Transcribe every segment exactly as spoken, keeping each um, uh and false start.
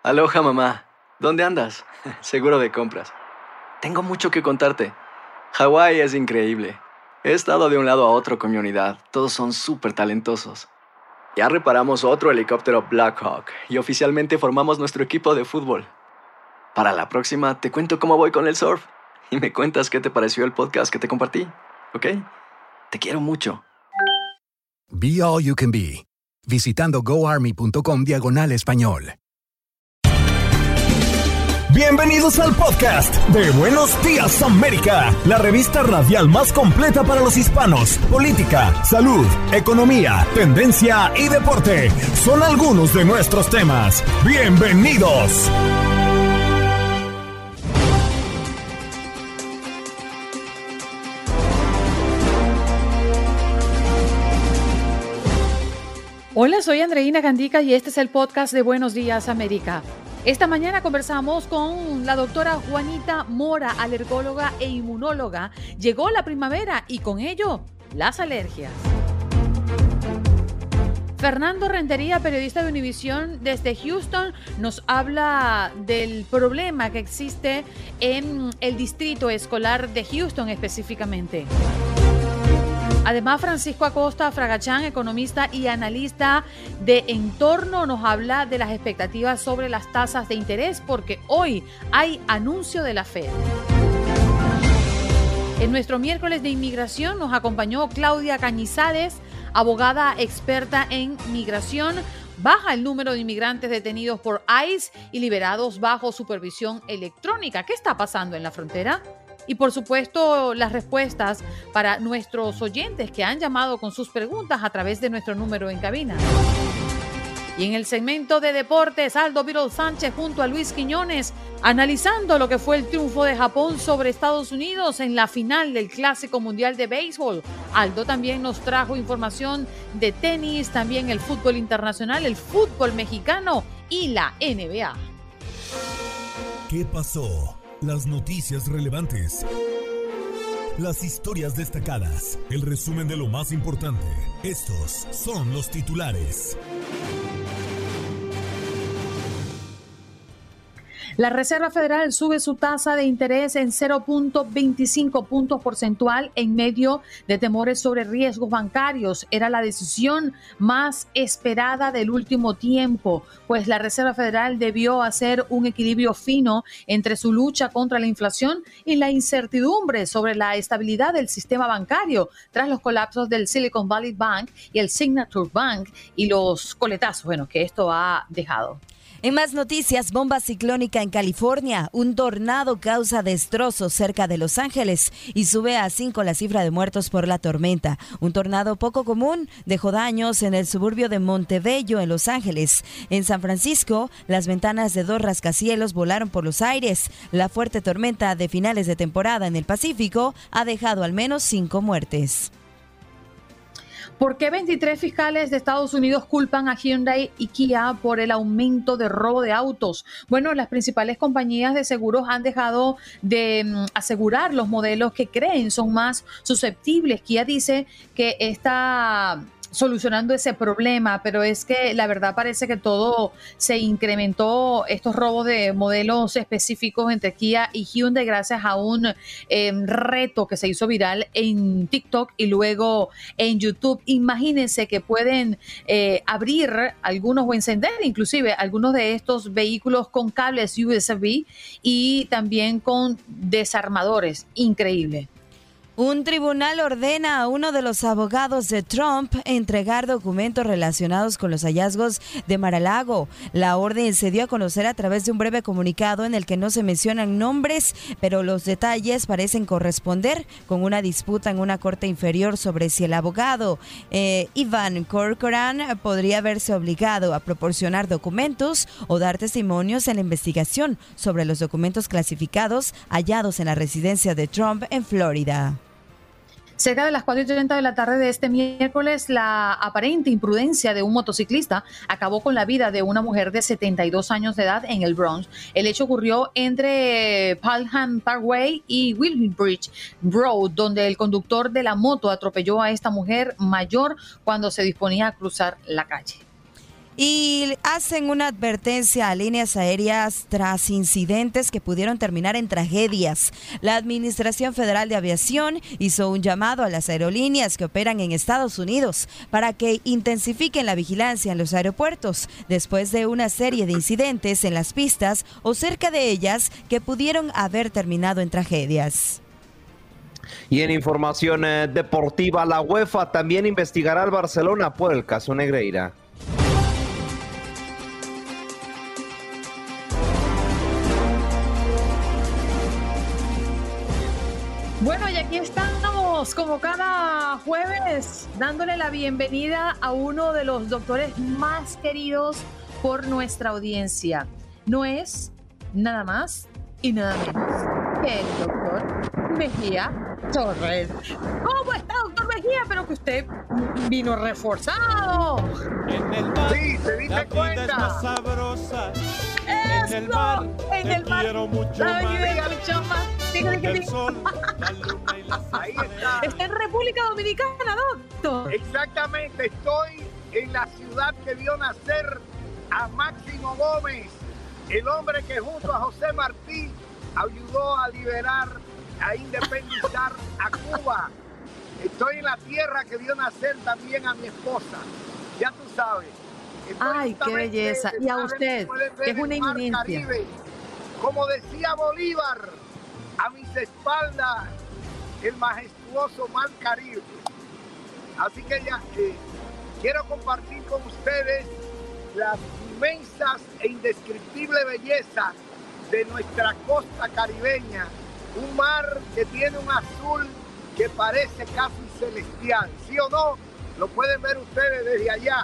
Aloha, mamá. ¿Dónde andas? Seguro de compras. Tengo mucho que contarte. Hawái es increíble. He estado de un lado a otro con mi unidad. Todos son súper talentosos. Ya reparamos otro helicóptero Blackhawk y oficialmente formamos nuestro equipo de fútbol. Para la próxima te cuento cómo voy con el surf y me cuentas qué te pareció el podcast que te compartí, ¿ok? Te quiero mucho. Be All You Can Be, visitando goarmy.com diagonal español. Bienvenidos al podcast de Buenos Días América, la revista radial más completa para los hispanos. Política, salud, economía, tendencia y deporte son algunos de nuestros temas. Bienvenidos. Hola, soy Andreina Gandica y este es el podcast de Buenos Días América. Esta mañana conversamos con la doctora Juanita Mora, alergóloga e inmunóloga. Llegó la primavera y con ello las alergias. Fernando Rentería, periodista de Univisión desde Houston, nos habla del problema que existe en el distrito escolar de Houston específicamente. Además, Francisco Acosta Fragachán, economista y analista de entorno, nos habla de las expectativas sobre las tasas de interés, porque hoy hay anuncio de la Fed. En nuestro miércoles de inmigración nos acompañó Claudia Cañizares, abogada experta en migración. Baja el número de inmigrantes detenidos por ICE y liberados bajo supervisión electrónica. ¿Qué está pasando en la frontera? Y por supuesto, las respuestas para nuestros oyentes que han llamado con sus preguntas a través de nuestro número en cabina. Y en el segmento de deportes, Aldo Virol Sánchez junto a Luis Quiñones, analizando lo que fue el triunfo de Japón sobre Estados Unidos en la final del Clásico Mundial de Béisbol. Aldo también nos trajo información de tenis, también el fútbol internacional, el fútbol mexicano y la N B A. ¿Qué pasó? Las noticias relevantes, las historias destacadas, el resumen de lo más importante. Estos son los titulares. La Reserva Federal sube su tasa de interés en cero punto veinticinco puntos porcentual en medio de temores sobre riesgos bancarios. Era la decisión más esperada del último tiempo, pues la Reserva Federal debió hacer un equilibrio fino entre su lucha contra la inflación y la incertidumbre sobre la estabilidad del sistema bancario tras los colapsos del Silicon Valley Bank y el Signature Bank y los coletazos, bueno, que esto ha dejado. En más noticias, bomba ciclónica en California. Un tornado causa destrozos cerca de Los Ángeles y sube a cinco la cifra de muertos por la tormenta. Un tornado poco común dejó daños en el suburbio de Montebello, en Los Ángeles. En San Francisco, las ventanas de dos rascacielos volaron por los aires. La fuerte tormenta de finales de temporada en el Pacífico ha dejado al menos cinco muertes. ¿Por qué veintitrés fiscales de Estados Unidos culpan a Hyundai y Kia por el aumento de robo de autos? Bueno, las principales compañías de seguros han dejado de um, asegurar los modelos que creen son más susceptibles. Kia dice que está solucionando ese problema, pero es que la verdad parece que todo se incrementó, estos robos de modelos específicos entre Kia y Hyundai gracias a un eh, reto que se hizo viral en TikTok y luego en YouTube. Imagínense que pueden eh, abrir algunos o encender inclusive algunos de estos vehículos con cables U S B y también con desarmadores. Increíble. Un tribunal ordena a uno de los abogados de Trump entregar documentos relacionados con los hallazgos de Mar-a-Lago. La orden se dio a conocer a través de un breve comunicado en el que no se mencionan nombres, pero los detalles parecen corresponder con una disputa en una corte inferior sobre si el abogado eh, Ivan Corcoran podría verse obligado a proporcionar documentos o dar testimonios en la investigación sobre los documentos clasificados hallados en la residencia de Trump en Florida. Cerca de las cuatro y treinta de la tarde de este miércoles, la aparente imprudencia de un motociclista acabó con la vida de una mujer de setenta y dos años de edad en el Bronx. El hecho ocurrió entre Palham Parkway y Williamsbridge Road, donde el conductor de la moto atropelló a esta mujer mayor cuando se disponía a cruzar la calle. Y hacen una advertencia a líneas aéreas tras incidentes que pudieron terminar en tragedias. La Administración Federal de Aviación hizo un llamado a las aerolíneas que operan en Estados Unidos para que intensifiquen la vigilancia en los aeropuertos después de una serie de incidentes en las pistas o cerca de ellas que pudieron haber terminado en tragedias. Y en información eh, deportiva, la UEFA también investigará al Barcelona por el caso Negreira. Bueno, y aquí estamos, como cada jueves, dándole la bienvenida a uno de los doctores más queridos por nuestra audiencia. No es nada más y nada menos que el doctor Mejía Torres. ¿Cómo está, doctor Mejía? Pero que usted vino reforzado. En el mar, sí, se dice la cuenta. vida es más sabrosa. Eso, en el mar, en te el mar, quiero mucho la más. vida mucho más. Dígale que El sí. sol, la luna y las Ahí estrellas. está. Está en República Dominicana, doctor. Exactamente, estoy en la ciudad que vio nacer a Máximo Gómez, el hombre que junto a José Martí ayudó a liberar, a independizar a Cuba. Estoy en la tierra que vio nacer también a mi esposa, ya tú sabes. Estoy Ay, qué justamente belleza. Y a detrás de- usted, puedes ver que es una el mar eminencia. Caribe. Como decía Bolívar, a mis espaldas, el majestuoso mar Caribe. Así que ya eh, quiero compartir con ustedes las inmensas e indescriptible belleza de nuestra costa caribeña. Un mar que tiene un azul que parece casi celestial. ¿Sí o no? Lo pueden ver ustedes desde allá.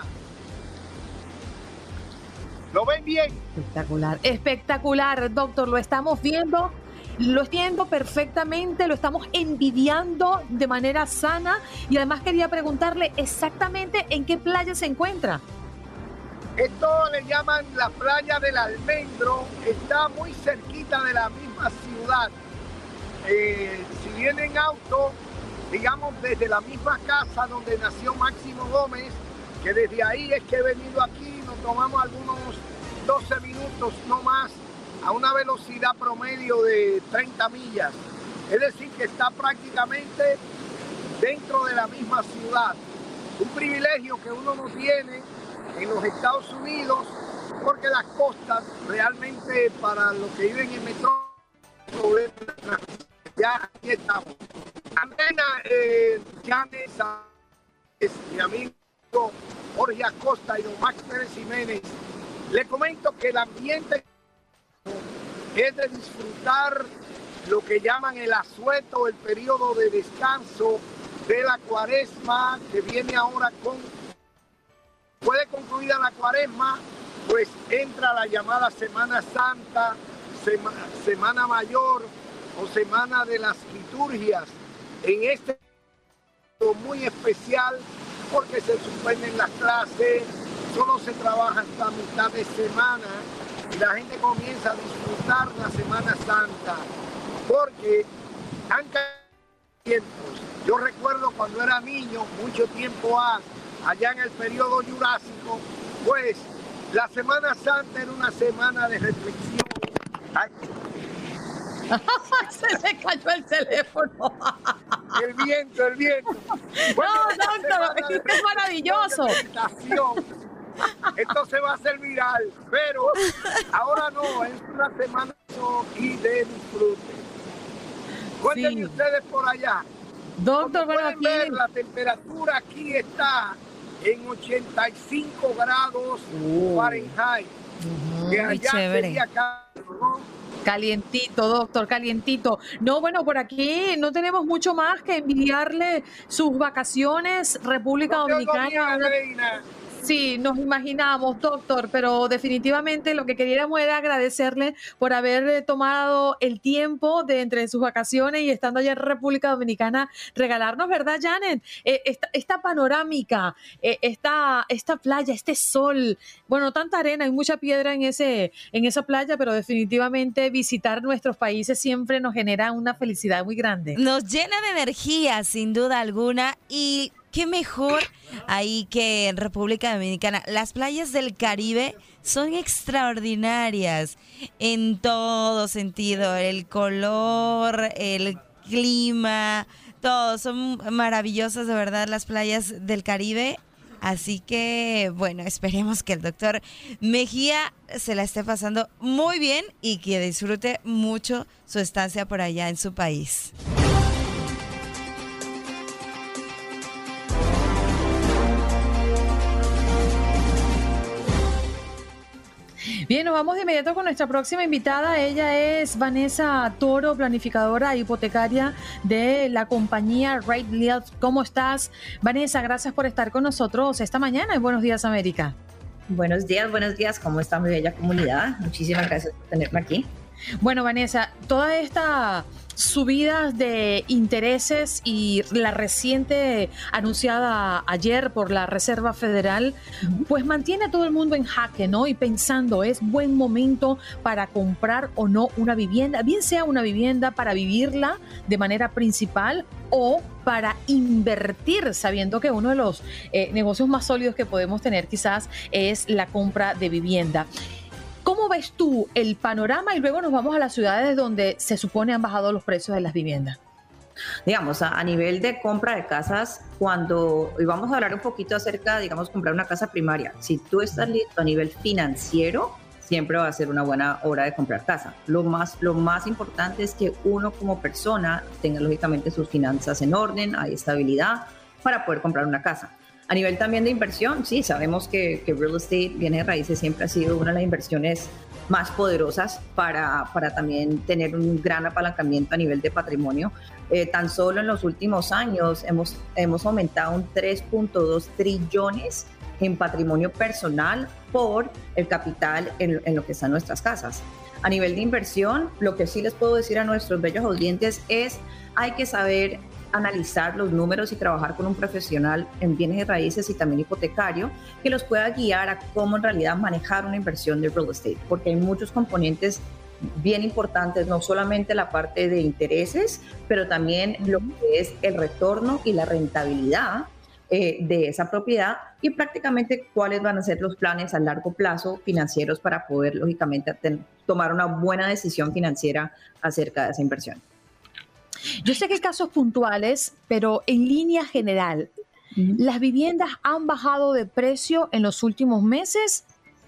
¿Lo ven bien? Espectacular, espectacular, doctor. Lo estamos viendo, lo estoy viendo perfectamente, lo estamos envidiando de manera sana. Y además quería preguntarle exactamente en qué playa se encuentra. Esto le llaman la playa del Almendro, está muy cerquita de la misma ciudad. Eh, si viene en auto, digamos desde la misma casa donde nació Máximo Gómez, que desde ahí es que he venido aquí, nos tomamos algunos doce minutos, no más, a una velocidad promedio de treinta millas. Es decir, que está prácticamente dentro de la misma ciudad. Un privilegio que uno no tiene en los Estados Unidos, porque las costas realmente para los que viven en metrópoli, ya aquí estamos. Andena, eh, Janes, es mi amigo Jorge Acosta y don Max Pérez Jiménez, le comento que el ambiente es de disfrutar lo que llaman el asueto, el periodo de descanso de la cuaresma que viene ahora con... Puede concluir la cuaresma, pues entra la llamada Semana Santa, Sema, Semana Mayor o Semana de las Liturgias. En este muy especial porque se suspenden las clases, solo se trabaja hasta mitad de semana y la gente comienza a disfrutar la Semana Santa porque han cambiado tiempos. Yo recuerdo cuando era niño, mucho tiempo hace, allá en el periodo jurásico, pues la Semana Santa era una semana de reflexión. Ay, Se le cayó el teléfono. el viento, el viento. Bueno, No, una doctor, semana de esto es maravilloso. meditación. Esto se va a hacer viral, pero ahora no, es una semana y de disfrute. Cuéntenme Sí. ustedes por allá. Doctor, Como bueno, pueden aquí ver, la temperatura aquí está en ochenta y cinco grados Fahrenheit. Que Muy allá chévere. sería acá, ¿no? calientito, doctor, calientito. No, bueno, por aquí no tenemos mucho más que envidiarle sus vacaciones, República No te oigo bien, Dominicana. Una- Andreina. Sí, nos imaginamos, doctor, pero definitivamente lo que queríamos era agradecerle por haber eh, tomado el tiempo de entre sus vacaciones y estando allá en República Dominicana, regalarnos, ¿verdad, Janet? Eh, esta, esta panorámica, eh, esta, esta playa, este sol, bueno, tanta arena, hay mucha piedra en, ese, en esa playa, pero definitivamente visitar nuestros países siempre nos genera una felicidad muy grande. Nos llena de energía, sin duda alguna, y qué mejor ahí que en República Dominicana. Las playas del Caribe son extraordinarias en todo sentido, el color, el clima, todo, son maravillosas de verdad las playas del Caribe. Así que, bueno, esperemos que el doctor Mejía se la esté pasando muy bien y que disfrute mucho su estancia por allá en su país. Bien, nos vamos de inmediato con nuestra próxima invitada. Ella es Vanessa Toro, planificadora hipotecaria de la compañía Right Lead. ¿Cómo estás, Vanessa? Gracias por estar con nosotros esta mañana en Buenos Días, América. Buenos días, buenos días. ¿Cómo está mi bella comunidad? Muchísimas gracias por tenerme aquí. Bueno, Vanessa, toda esta subida de intereses y la reciente anunciada ayer por la Reserva Federal, uh-huh. pues mantiene a todo el mundo en jaque, ¿no? Y pensando, ¿es buen momento para comprar o no una vivienda? Bien sea una vivienda para vivirla de manera principal o para invertir, sabiendo que uno de los eh, negocios más sólidos que podemos tener quizás es la compra de vivienda. ¿Cómo ves tú el panorama? Y luego nos vamos a las ciudades donde se supone han bajado los precios de las viviendas. Digamos, a, a nivel de compra de casas, cuando, y vamos a hablar un poquito acerca, digamos, comprar una casa primaria. Si tú estás listo a nivel financiero, siempre va a ser una buena hora de comprar casa. Lo más, lo más importante es que uno como persona tenga lógicamente sus finanzas en orden, hay estabilidad para poder comprar una casa. A nivel también de inversión, sí, sabemos que, que real estate, bienes raíces, siempre ha sido una de las inversiones más poderosas para, para también tener un gran apalancamiento a nivel de patrimonio. Eh, tan solo en los últimos años hemos, hemos aumentado un tres punto dos trillones en patrimonio personal por el capital en, en lo que están nuestras casas. A nivel de inversión, lo que sí les puedo decir a nuestros bellos oyentes es hay que saber analizar los números y trabajar con un profesional en bienes y raíces y también hipotecario que los pueda guiar a cómo en realidad manejar una inversión de real estate, porque hay muchos componentes bien importantes, no solamente la parte de intereses, pero también lo que es el retorno y la rentabilidad eh, de esa propiedad y prácticamente cuáles van a ser los planes a largo plazo financieros para poder lógicamente ten, tomar una buena decisión financiera acerca de esa inversión. Yo sé que hay casos puntuales, pero en línea general, uh-huh. ¿las viviendas han bajado de precio en los últimos meses?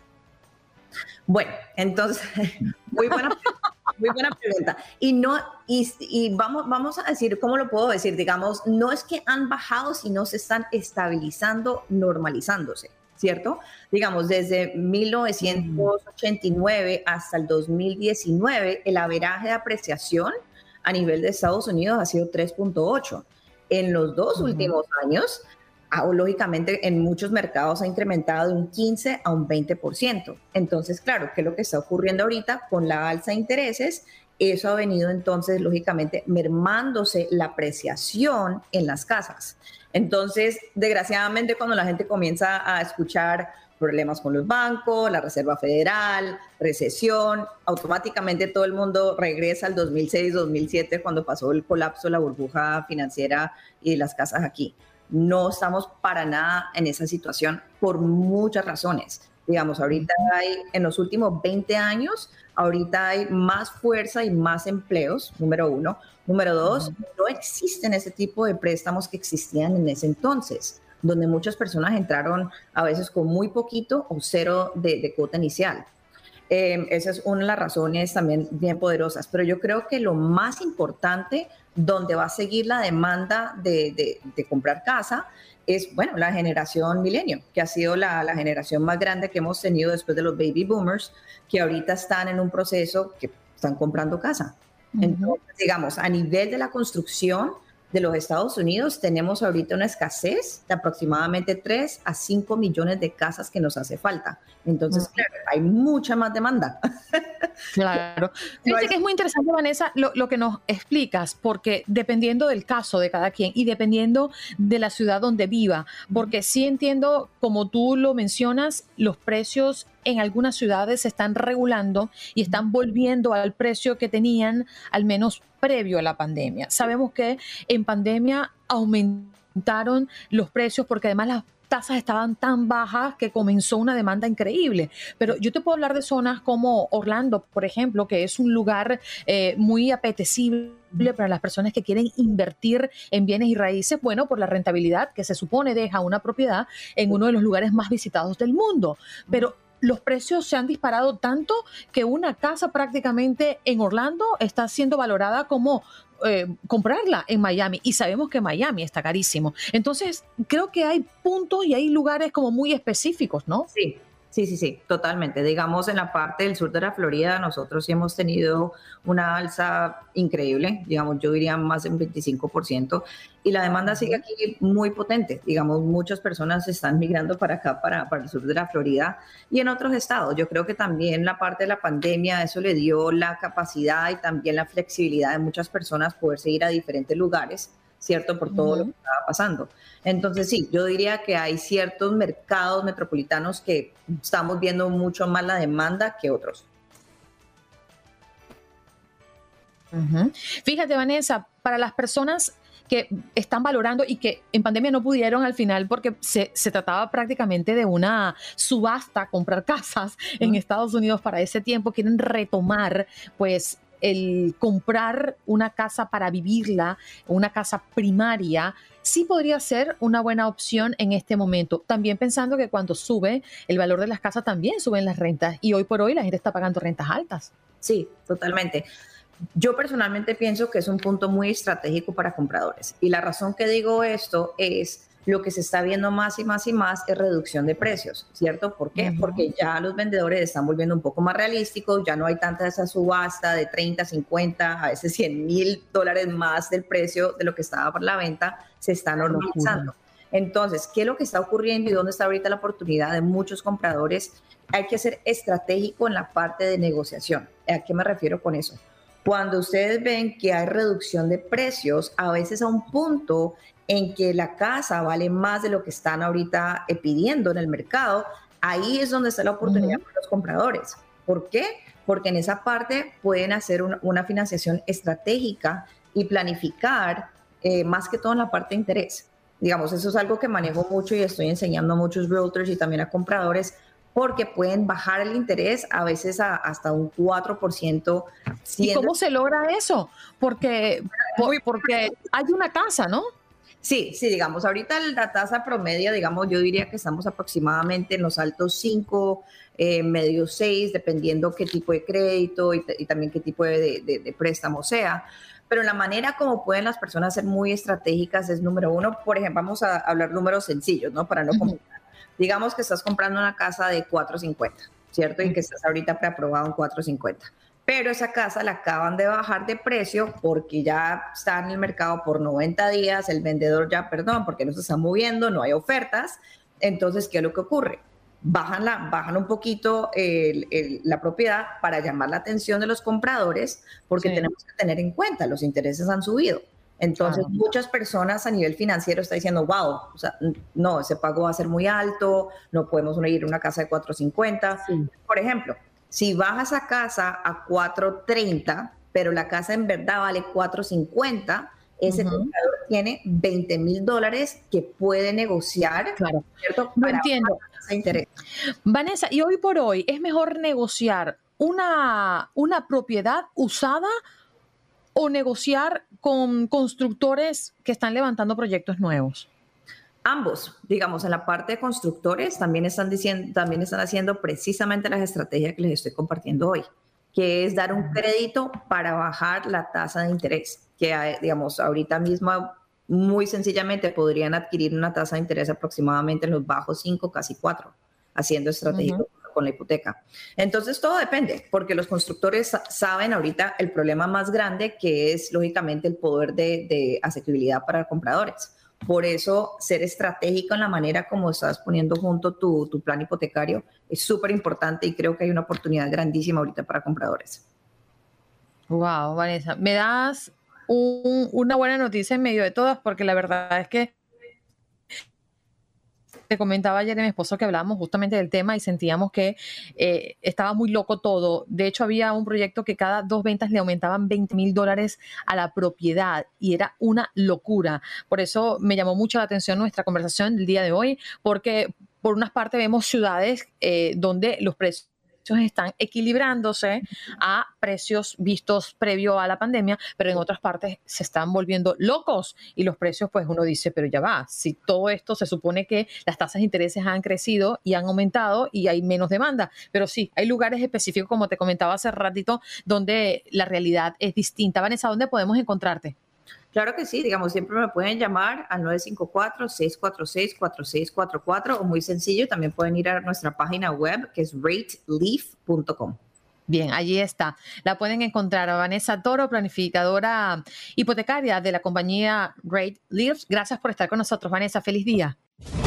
Bueno, entonces, muy buena, muy buena pregunta. Y, no, y, y vamos, vamos a decir, ¿cómo lo puedo decir? Digamos, no es que han bajado, sino se están estabilizando, normalizándose, ¿cierto? Digamos, desde mil novecientos ochenta y nueve hasta el dos mil diecinueve, el averaje de apreciación a nivel de Estados Unidos ha sido tres punto ocho. En los dos uh-huh. últimos años, lógicamente en muchos mercados ha incrementado de un quince a un veinte por ciento. Entonces, claro, ¿qué es lo que está ocurriendo ahorita con la alza de intereses? Eso ha venido entonces, lógicamente, mermándose la apreciación en las casas. Entonces, desgraciadamente, cuando la gente comienza a escuchar problemas con los bancos, la Reserva Federal, recesión, automáticamente todo el mundo regresa al dos mil seis, dos mil siete, cuando pasó el colapso, la burbuja financiera y las casas aquí. No estamos para nada en esa situación por muchas razones. Digamos, ahorita hay, en los últimos veinte años, ahorita hay más fuerza y más empleos, número uno. Número dos, no existen ese tipo de préstamos que existían en ese entonces, donde muchas personas entraron a veces con muy poquito o cero de, de cuota inicial. Eh, esa es una de las razones también bien poderosas, pero yo creo que lo más importante donde va a seguir la demanda de, de, de comprar casa es, bueno, la generación milenio, que ha sido la, la generación más grande que hemos tenido después de los baby boomers, que ahorita están en un proceso que están comprando casa. Uh-huh. Entonces, digamos, a nivel de la construcción de los Estados Unidos, tenemos ahorita una escasez de aproximadamente tres a cinco millones de casas que nos hace falta. Entonces, uh-huh. claro, hay mucha más demanda. Claro. Fíjate que es muy interesante, Vanessa, lo, lo que nos explicas, porque dependiendo del caso de cada quien y dependiendo de la ciudad donde viva, porque sí entiendo, como tú lo mencionas, los precios en algunas ciudades se están regulando y están volviendo al precio que tenían al menos previo a la pandemia. Sabemos que en pandemia aumentó aumentaron los precios porque además las tasas estaban tan bajas que comenzó una demanda increíble. Pero yo te puedo hablar de zonas como Orlando, por ejemplo, que es un lugar eh, muy apetecible para las personas que quieren invertir en bienes y raíces, bueno, por la rentabilidad que se supone deja una propiedad en uno de los lugares más visitados del mundo. Pero los precios se han disparado tanto que una casa prácticamente en Orlando está siendo valorada como eh, comprarla en Miami, y sabemos que Miami está carísimo. Entonces, creo que hay puntos y hay lugares como muy específicos, ¿no? Sí. Sí, sí, sí, totalmente. Digamos, en la parte del sur de la Florida, nosotros sí hemos tenido una alza increíble, digamos, yo diría más de un veinticinco por ciento, y la demanda sigue aquí muy potente. Digamos, muchas personas están migrando para acá, para, para el sur de la Florida y en otros estados. Yo creo que también la parte de la pandemia, eso le dio la capacidad y también la flexibilidad de muchas personas poderse ir a diferentes lugares, ¿cierto? Por todo uh-huh. lo que estaba pasando. Entonces, sí, yo diría que hay ciertos mercados metropolitanos que estamos viendo mucho más la demanda que otros. Uh-huh. Fíjate, Vanessa, para las personas que están valorando y que en pandemia no pudieron al final porque se, se trataba prácticamente de una subasta, comprar casas uh-huh. en Estados Unidos para ese tiempo, quieren retomar, pues, el comprar una casa para vivirla, una casa primaria, sí podría ser una buena opción en este momento. También pensando que cuando sube el valor de las casas también suben las rentas, y hoy por hoy la gente está pagando rentas altas. Sí, totalmente. Yo personalmente pienso que es un punto muy estratégico para compradores, y la razón que digo esto es lo que se está viendo más y más y más es reducción de precios, ¿cierto? ¿Por qué? Uh-huh. Porque ya los vendedores están volviendo un poco más realísticos, ya no hay tanta esa subasta de treinta, cincuenta, a veces cien mil dólares más del precio de lo que estaba por la venta, se está normalizando. Uh-huh. Entonces, ¿qué es lo que está ocurriendo y dónde está ahorita la oportunidad de muchos compradores? Hay que ser estratégico en la parte de negociación. ¿A qué me refiero con eso? Cuando ustedes ven que hay reducción de precios, a veces a un punto en que la casa vale más de lo que están ahorita pidiendo en el mercado, ahí es donde está la oportunidad uh-huh. para los compradores. ¿Por qué? Porque en esa parte pueden hacer una, una financiación estratégica y planificar eh, más que todo en la parte de interés. Digamos, eso es algo que manejo mucho y estoy enseñando a muchos realtors y también a compradores, porque pueden bajar el interés a veces a, hasta un cuatro por ciento. ¿Y cómo se logra eso? Porque, por, porque hay una casa, ¿no? Sí, sí, digamos, ahorita la tasa promedio, digamos, yo diría que estamos aproximadamente en los altos cinco, eh, medio seis, dependiendo qué tipo de crédito y, y también qué tipo de, de, de préstamo sea. Pero la manera como pueden las personas ser muy estratégicas es, número uno, por ejemplo, vamos a hablar números sencillos, ¿no? Para no uh-huh. complicar. Digamos que estás comprando una casa de cuatro cincuenta, ¿cierto? Uh-huh. Y que estás ahorita preaprobado en cuatro cincuenta. Pero esa casa la acaban de bajar de precio porque ya está en el mercado por noventa días, el vendedor ya, perdón, porque no se está moviendo, no hay ofertas. Entonces, ¿qué es lo que ocurre? Bajan, la, bajan un poquito el, el, la propiedad para llamar la atención de los compradores, porque sí. tenemos que tener en cuenta, los intereses han subido. Entonces, claro. muchas personas a nivel financiero están diciendo, wow, o sea, no, ese pago va a ser muy alto, no podemos ir a una casa de cuatro cincuenta. Sí. Por ejemplo, si bajas a casa a cuatro treinta, pero la casa en verdad vale cuatro cincuenta, ese uh-huh. comprador tiene veinte mil dólares que puede negociar. Claro, ¿cierto? No entiendo. Interés. Vanessa, y hoy por hoy, ¿es mejor negociar una, una propiedad usada o negociar con constructores que están levantando proyectos nuevos? Ambos, digamos, en la parte de constructores también están diciendo, también están haciendo precisamente las estrategias que les estoy compartiendo hoy, que es dar un crédito para bajar la tasa de interés, que digamos, ahorita mismo muy sencillamente podrían adquirir una tasa de interés aproximadamente en los bajos cinco, casi cuatro, haciendo estratégico uh-huh. con la hipoteca. Entonces todo depende, porque los constructores saben ahorita el problema más grande, que es lógicamente el poder de, de asequibilidad para compradores. Por eso, ser estratégico en la manera como estás poniendo junto tu, tu plan hipotecario es súper importante, y creo que hay una oportunidad grandísima ahorita para compradores. Wow, Vanessa, me das un, una buena noticia en medio de todas, porque la verdad es que te comentaba ayer a mi esposo que hablábamos justamente del tema y sentíamos que eh, estaba muy loco todo. De hecho, había un proyecto que cada dos ventas le aumentaban veinte mil dólares a la propiedad y era una locura. Por eso me llamó mucho la atención nuestra conversación del día de hoy, porque por unas partes vemos ciudades eh, donde los precios están equilibrándose a precios vistos previo a la pandemia, pero en otras partes se están volviendo locos y los precios, pues uno dice, pero ya va, si todo esto se supone que las tasas de intereses han crecido y han aumentado y hay menos demanda, pero sí, hay lugares específicos, como te comentaba hace ratito, donde la realidad es distinta. Vanessa, ¿dónde podemos encontrarte? Claro que sí, digamos, siempre me pueden llamar al nueve cinco cuatro, seis cuatro seis, cuatro seis cuatro cuatro o muy sencillo, también pueden ir a nuestra página web que es rate leaf punto com. Bien, allí está. La pueden encontrar a Vanessa Toro, planificadora hipotecaria de la compañía Great Leaf. Gracias por estar con nosotros, Vanessa. Feliz día.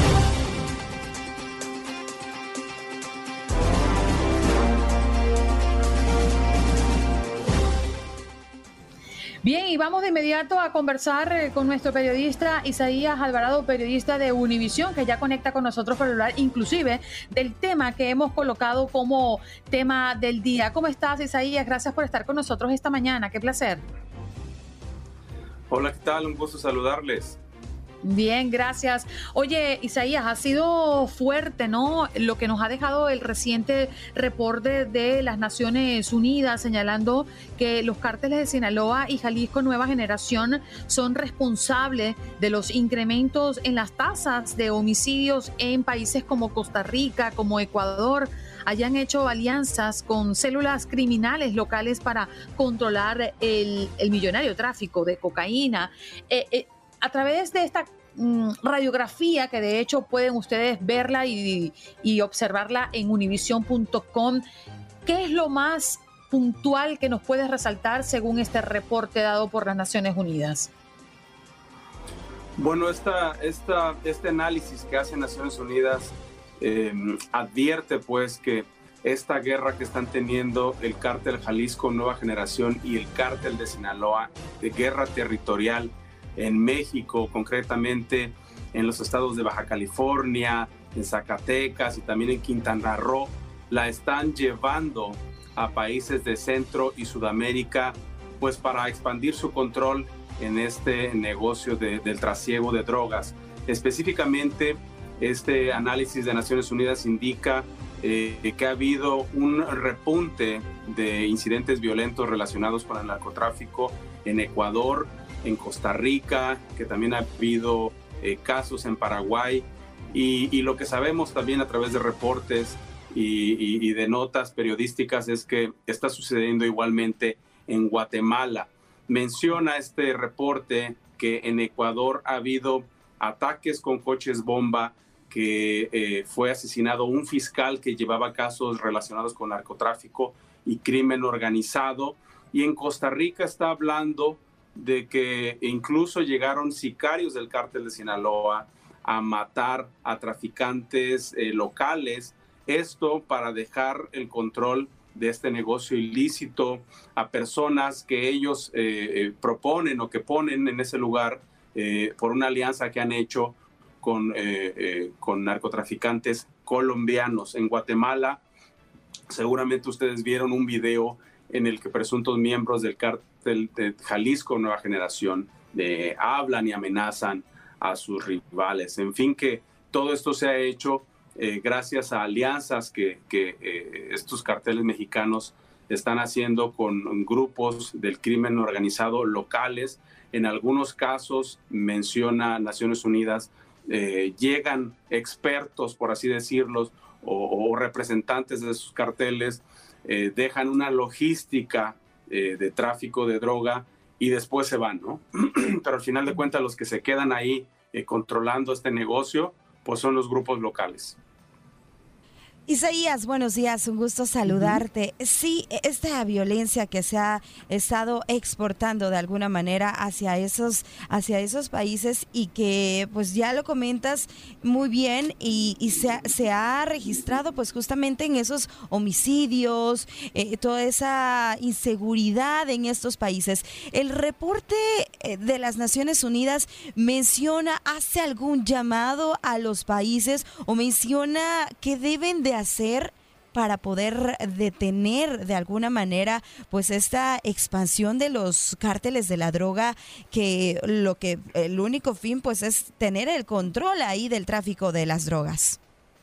Bien, y vamos de inmediato a conversar eh, con nuestro periodista Isaías Alvarado, periodista de Univisión, que ya conecta con nosotros para hablar inclusive del tema que hemos colocado como tema del día. ¿Cómo estás, Isaías? Gracias por estar con nosotros esta mañana. Qué placer. Hola, ¿qué tal? Un gusto saludarles. Bien, gracias. Oye, Isaías, ha sido fuerte, ¿no? Lo que nos ha dejado el reciente reporte de las Naciones Unidas señalando que los cárteles de Sinaloa y Jalisco Nueva Generación son responsables de los incrementos en las tasas de homicidios en países como Costa Rica, como Ecuador. Hayan hecho alianzas con células criminales locales para controlar el, el millonario tráfico de cocaína. Eh, eh, A través de esta mm, radiografía, que de hecho pueden ustedes verla y, y observarla en univision punto com, ¿qué es lo más puntual que nos puedes resaltar según este reporte dado por las Naciones Unidas? Bueno, esta, esta, este análisis que hace Naciones Unidas eh, advierte pues que esta guerra que están teniendo el cártel Jalisco Nueva Generación y el cártel de Sinaloa, de guerra territorial, en México, concretamente en los estados de Baja California, en Zacatecas y también en Quintana Roo, la están llevando a países de Centro y Sudamérica, pues para expandir su control en este negocio de, del trasiego de drogas. Específicamente, este análisis de Naciones Unidas indica eh, que ha habido un repunte de incidentes violentos relacionados con el narcotráfico en Ecuador, en Costa Rica, que también ha habido eh, casos en Paraguay, y, y lo que sabemos también a través de reportes y, y, y de notas periodísticas es que está sucediendo igualmente en Guatemala. Menciona este reporte que en Ecuador ha habido ataques con coches bomba, que eh, fue asesinado un fiscal que llevaba casos relacionados con narcotráfico y crimen organizado, y en Costa Rica está hablando de que incluso llegaron sicarios del cártel de Sinaloa a matar a traficantes eh, locales, esto para dejar el control de este negocio ilícito a personas que ellos eh, eh, proponen o que ponen en ese lugar eh, por una alianza que han hecho con, eh, eh, con narcotraficantes colombianos. En Guatemala, seguramente ustedes vieron un video en el que presuntos miembros del cártel de Jalisco Nueva Generación eh, hablan y amenazan a sus rivales. En fin, que todo esto se ha hecho eh, gracias a alianzas que, que eh, estos carteles mexicanos están haciendo con grupos del crimen organizado locales. En algunos casos, menciona Naciones Unidas, eh, llegan expertos, por así decirlo, o, o representantes de sus carteles, Eh, dejan una logística eh, de tráfico de droga y después se van, ¿no? Pero al final de cuentas los que se quedan ahí eh, controlando este negocio, pues son los grupos locales. Isaías, buenos días, un gusto saludarte. Uh-huh. Sí, esta violencia que se ha estado exportando de alguna manera hacia esos, hacia esos países y que pues ya lo comentas muy bien y, y se, ha, se ha registrado pues justamente en esos homicidios, eh, toda esa inseguridad en estos países. El reporte de las Naciones Unidas menciona, hace algún llamado a los países o menciona que deben de hacer para poder detener de alguna manera pues esta expansión de los cárteles de la droga, que lo que el único fin pues es tener el control ahí del tráfico de las drogas.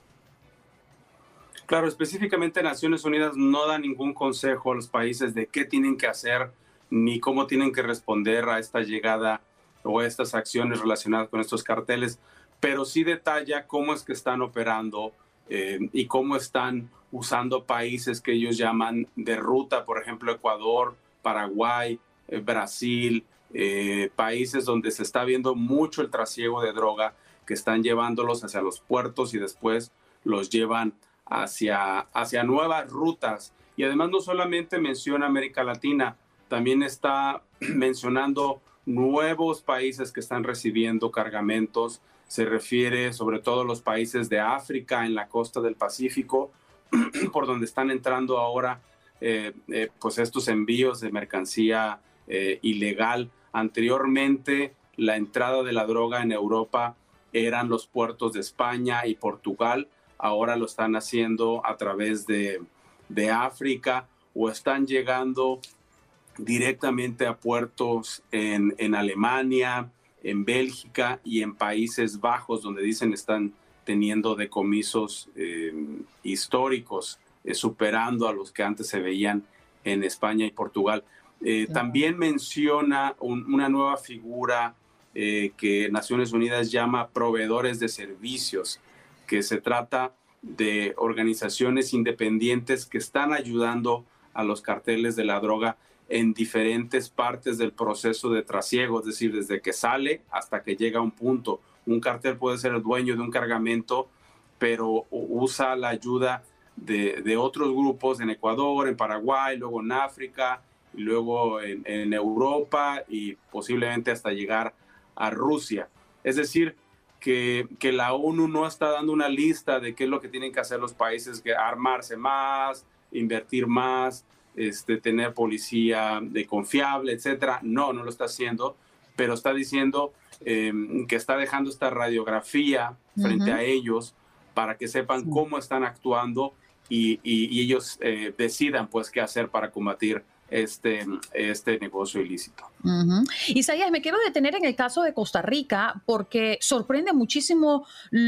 Claro, específicamente Naciones Unidas no da ningún consejo a los países de qué tienen que hacer ni cómo tienen que responder a esta llegada o a estas acciones relacionadas con estos carteles, pero sí detalla cómo es que están operando Eh, y cómo están usando países que ellos llaman de ruta, por ejemplo, Ecuador, Paraguay, eh, Brasil, eh, países donde se está viendo mucho el trasiego de droga, que están llevándolos hacia los puertos y después los llevan hacia, hacia nuevas rutas. Y además no solamente menciona América Latina, también está mencionando nuevos países que están recibiendo cargamentos. Se refiere sobre todo a los países de África, en la costa del Pacífico, por donde están entrando ahora eh, eh, pues estos envíos de mercancía eh, ilegal. Anteriormente, la entrada de la droga en Europa eran los puertos de España y Portugal. Ahora lo están haciendo a través de, de África, o están llegando directamente a puertos en, en Alemania, en Bélgica y en Países Bajos, donde dicen están teniendo decomisos eh, históricos, eh, superando a los que antes se veían en España y Portugal. Eh, claro. También menciona un, una nueva figura eh, que Naciones Unidas llama proveedores de servicios, que se trata de organizaciones independientes que están ayudando a los carteles de la droga en diferentes partes del proceso de trasiego, es decir, desde que sale hasta que llega a un punto. Un cartel puede ser el dueño de un cargamento, pero usa la ayuda de, de otros grupos en Ecuador, en Paraguay, luego en África, y luego en, en Europa y posiblemente hasta llegar a Rusia. Es decir, que, que la ONU no está dando una lista de qué es lo que tienen que hacer los países, que armarse más, invertir más, Este, tener policía de confiable, etcétera. No, no lo está haciendo, pero está diciendo eh, que está dejando esta radiografía frente uh-huh. a ellos para que sepan sí. cómo están actuando y, y, y ellos eh, decidan pues qué hacer para combatir este, este negocio ilícito. Uh-huh. Isaías, me quiero detener en el caso de Costa Rica porque sorprende muchísimo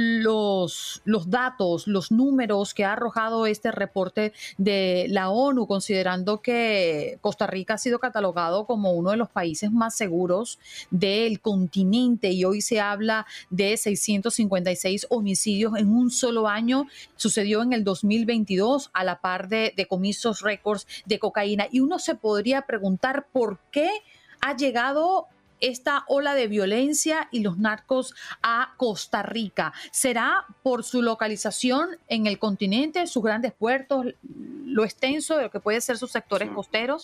los, los datos, los números que ha arrojado este reporte de la ONU, considerando que Costa Rica ha sido catalogado como uno de los países más seguros del continente y hoy se habla de seiscientos cincuenta y seis homicidios en un solo año. Sucedió en el dos mil veintidós a la par de decomisos récords de cocaína y uno se podría preguntar por qué ha llegado esta ola de violencia y los narcos a Costa Rica. ¿Será por su localización en el continente, sus grandes puertos, lo extenso de lo que pueden ser sus sectores sí. costeros?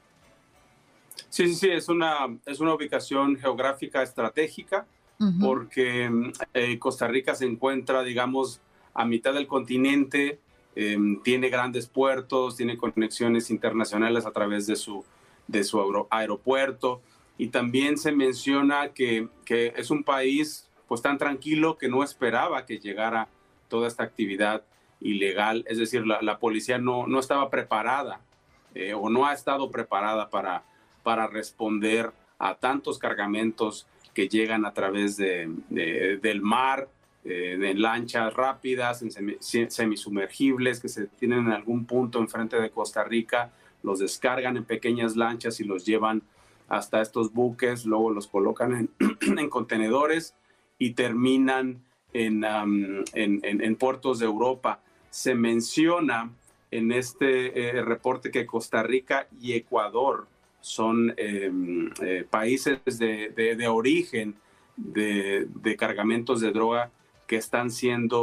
Sí, sí, sí, es una, es una ubicación geográfica estratégica uh-huh. porque eh, Costa Rica se encuentra, digamos, a mitad del continente, eh, tiene grandes puertos, tiene conexiones internacionales a través de su de su aeropuerto, y también se menciona que, que es un país pues tan tranquilo que no esperaba que llegara toda esta actividad ilegal, es decir, la, la policía no, no estaba preparada eh, o no ha estado preparada para, para responder a tantos cargamentos que llegan a través de, de, del mar, eh, en lanchas rápidas, en semi, semisumergibles que se tienen en algún punto enfrente de Costa Rica, los descargan en pequeñas lanchas y los llevan hasta estos buques, luego los colocan en, en contenedores y terminan en, um, en, en, en puertos de Europa. Se menciona en este eh, reporte que Costa Rica y Ecuador son eh, eh, países de, de, de origen de, de cargamentos de droga que están siendo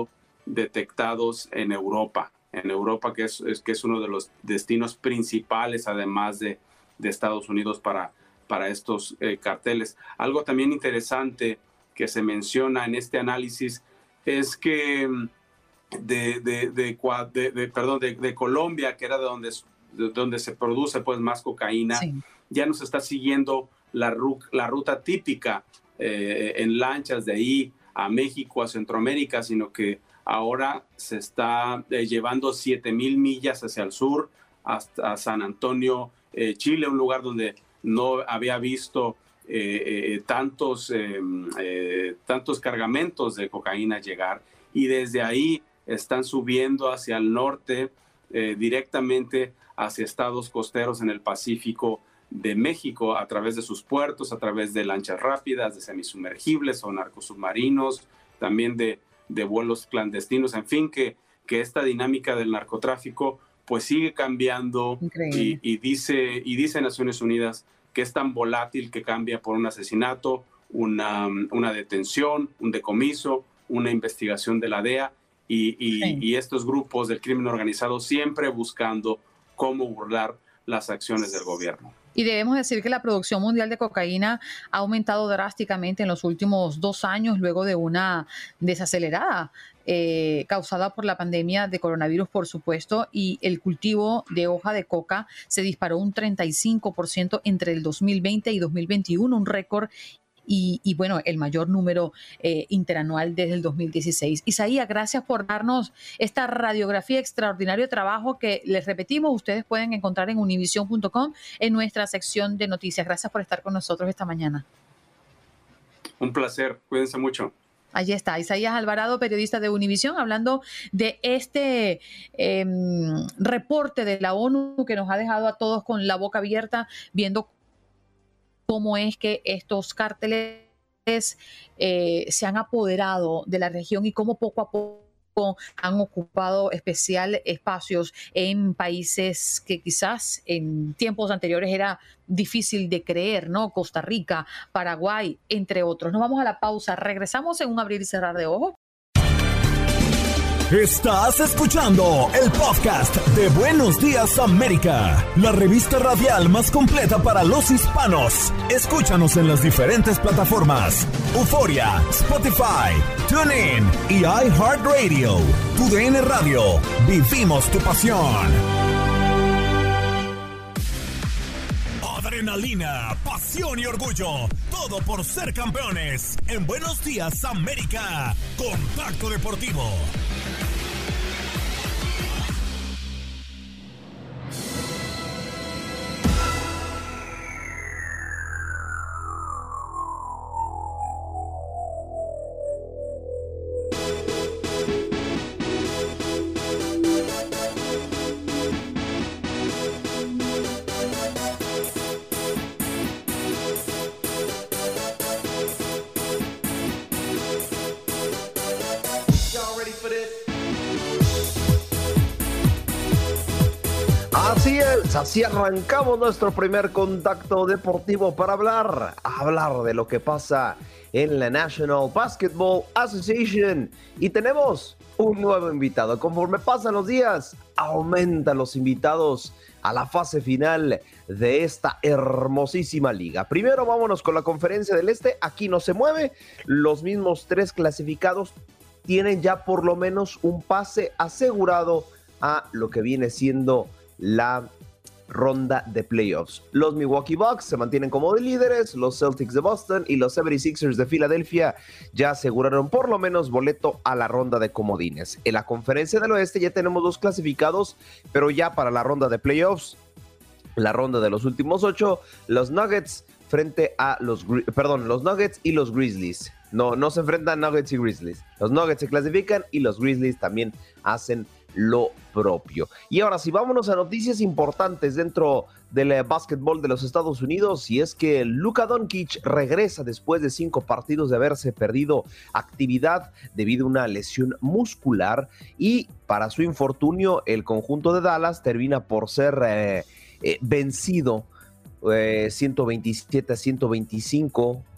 detectados en Europa, en Europa que es, es, que es uno de los destinos principales, además de, de Estados Unidos, para, para estos eh, carteles. Algo también interesante que se menciona en este análisis es que de, de, de, de, de, perdón, de, de Colombia, que era de donde, de donde se produce pues, más cocaína, sí. ya nos está siguiendo la, ru la ruta típica eh, en lanchas de ahí a México, a Centroamérica, sino que ahora se está eh, llevando siete mil millas hacia el sur, hasta San Antonio, eh, Chile, un lugar donde no había visto eh, eh, tantos, eh, eh, tantos cargamentos de cocaína llegar. Y desde ahí están subiendo hacia el norte, eh, directamente hacia estados costeros en el Pacífico de México, a través de sus puertos, a través de lanchas rápidas, de semisumergibles o narcosubmarinos, también de, de vuelos clandestinos, en fin, que, que esta dinámica del narcotráfico pues sigue cambiando y, y, dice, y dice Naciones Unidas que es tan volátil que cambia por un asesinato, una, una detención, un decomiso, una investigación de la D E A y, y, sí. y estos grupos del crimen organizado siempre buscando cómo burlar las acciones del gobierno. Y debemos decir que la producción mundial de cocaína ha aumentado drásticamente en los últimos dos años luego de una desacelerada eh, causada por la pandemia de coronavirus, por supuesto, y el cultivo de hoja de coca se disparó un treinta y cinco por ciento entre el dos mil veinte y dos mil veintiuno, un récord Y, y bueno, el mayor número eh, interanual desde el dos mil dieciséis. Isaías, gracias por darnos esta radiografía, extraordinario trabajo que les repetimos, ustedes pueden encontrar en univision punto com en nuestra sección de noticias. Gracias por estar con nosotros esta mañana. Un placer, cuídense mucho. Allí está, Isaías Alvarado, periodista de Univision, hablando de este eh, reporte de la ONU que nos ha dejado a todos con la boca abierta, viendo cómo es que estos cárteles eh, se han apoderado de la región y cómo poco a poco han ocupado especial espacios en países que quizás en tiempos anteriores era difícil de creer, ¿no? Costa Rica, Paraguay, entre otros. Nos vamos a la pausa, regresamos en un abrir y cerrar de ojos. Estás escuchando el podcast de Buenos Días América, la revista radial más completa para los hispanos. Escúchanos en las diferentes plataformas: Euforia, Spotify, TuneIn y iHeartRadio. Tu D N Radio, vivimos tu pasión. Adrenalina, pasión y orgullo, todo por ser campeones. En Buenos Días América, Contacto Deportivo. Así es, así arrancamos nuestro primer contacto deportivo para hablar, hablar de lo que pasa en la National Basketball Association. Y tenemos un nuevo invitado. Conforme pasan los días, aumentan los invitados a la fase final de esta hermosísima liga. Primero vámonos con la Conferencia del Este. Aquí no se mueve. Los mismos tres clasificados tienen ya por lo menos un pase asegurado a lo que viene siendo la ronda de playoffs. Los Milwaukee Bucks se mantienen como de líderes, los Celtics de Boston y los setenta y seis ers de Filadelfia ya aseguraron por lo menos boleto a la ronda de comodines. En la Conferencia del Oeste ya tenemos dos clasificados, pero ya para la ronda de playoffs, la ronda de los últimos ocho, los Nuggets frente a los, perdón, los Nuggets y los Grizzlies. No, no se enfrentan Nuggets y Grizzlies. Los Nuggets se clasifican y los Grizzlies también hacen lo propio. Y ahora sí, vámonos a noticias importantes dentro del básquetbol de los Estados Unidos, y es que Luka Doncic regresa después de cinco partidos de haberse perdido actividad debido a una lesión muscular, y para su infortunio el conjunto de Dallas termina por ser eh, eh, vencido eh, ciento veintisiete a ciento veinticinco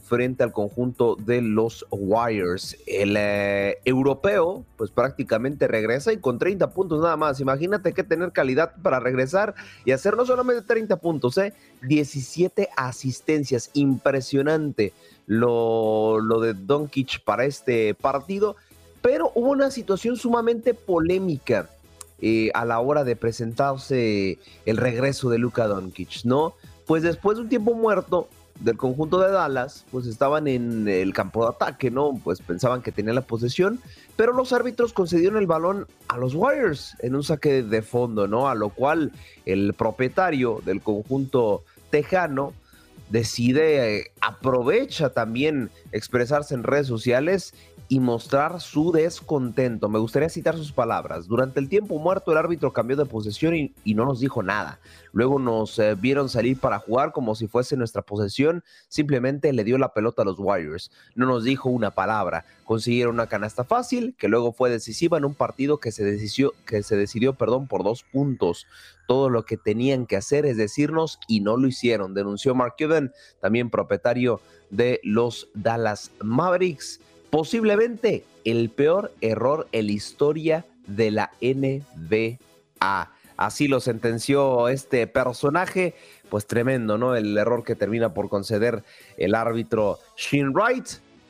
frente al conjunto de los Warriors. El eh, europeo, pues prácticamente regresa y con treinta puntos nada más. Imagínate que tener calidad para regresar y hacer no solamente treinta puntos, ¿eh? diecisiete asistencias. Impresionante lo, lo de Doncic para este partido, pero hubo una situación sumamente polémica eh, a la hora de presentarse el regreso de Luka Doncic, ¿no? Pues después de un tiempo muerto del conjunto de Dallas, pues estaban en el campo de ataque, ¿no? Pues pensaban que tenían la posesión, pero los árbitros concedieron el balón a los Warriors en un saque de fondo, ¿no? A lo cual el propietario del conjunto tejano decide, eh, aprovecha también expresarse en redes sociales y mostrar su descontento. Me gustaría citar sus palabras. Durante el tiempo muerto el árbitro cambió de posesión y, y no nos dijo nada. Luego nos eh, vieron salir para jugar como si fuese nuestra posesión. Simplemente le dio la pelota a los Warriors. No nos dijo una palabra. Consiguieron una canasta fácil que luego fue decisiva en un partido que se decidió, que se decidió perdón, por dos puntos. Todo lo que tenían que hacer es decirnos y no lo hicieron, denunció Mark Cuban, también propietario de los Dallas Mavericks. Posiblemente el peor error en la historia de la N B A. Así lo sentenció este personaje, pues tremendo, ¿no? El error que termina por conceder el árbitro Shane Wright.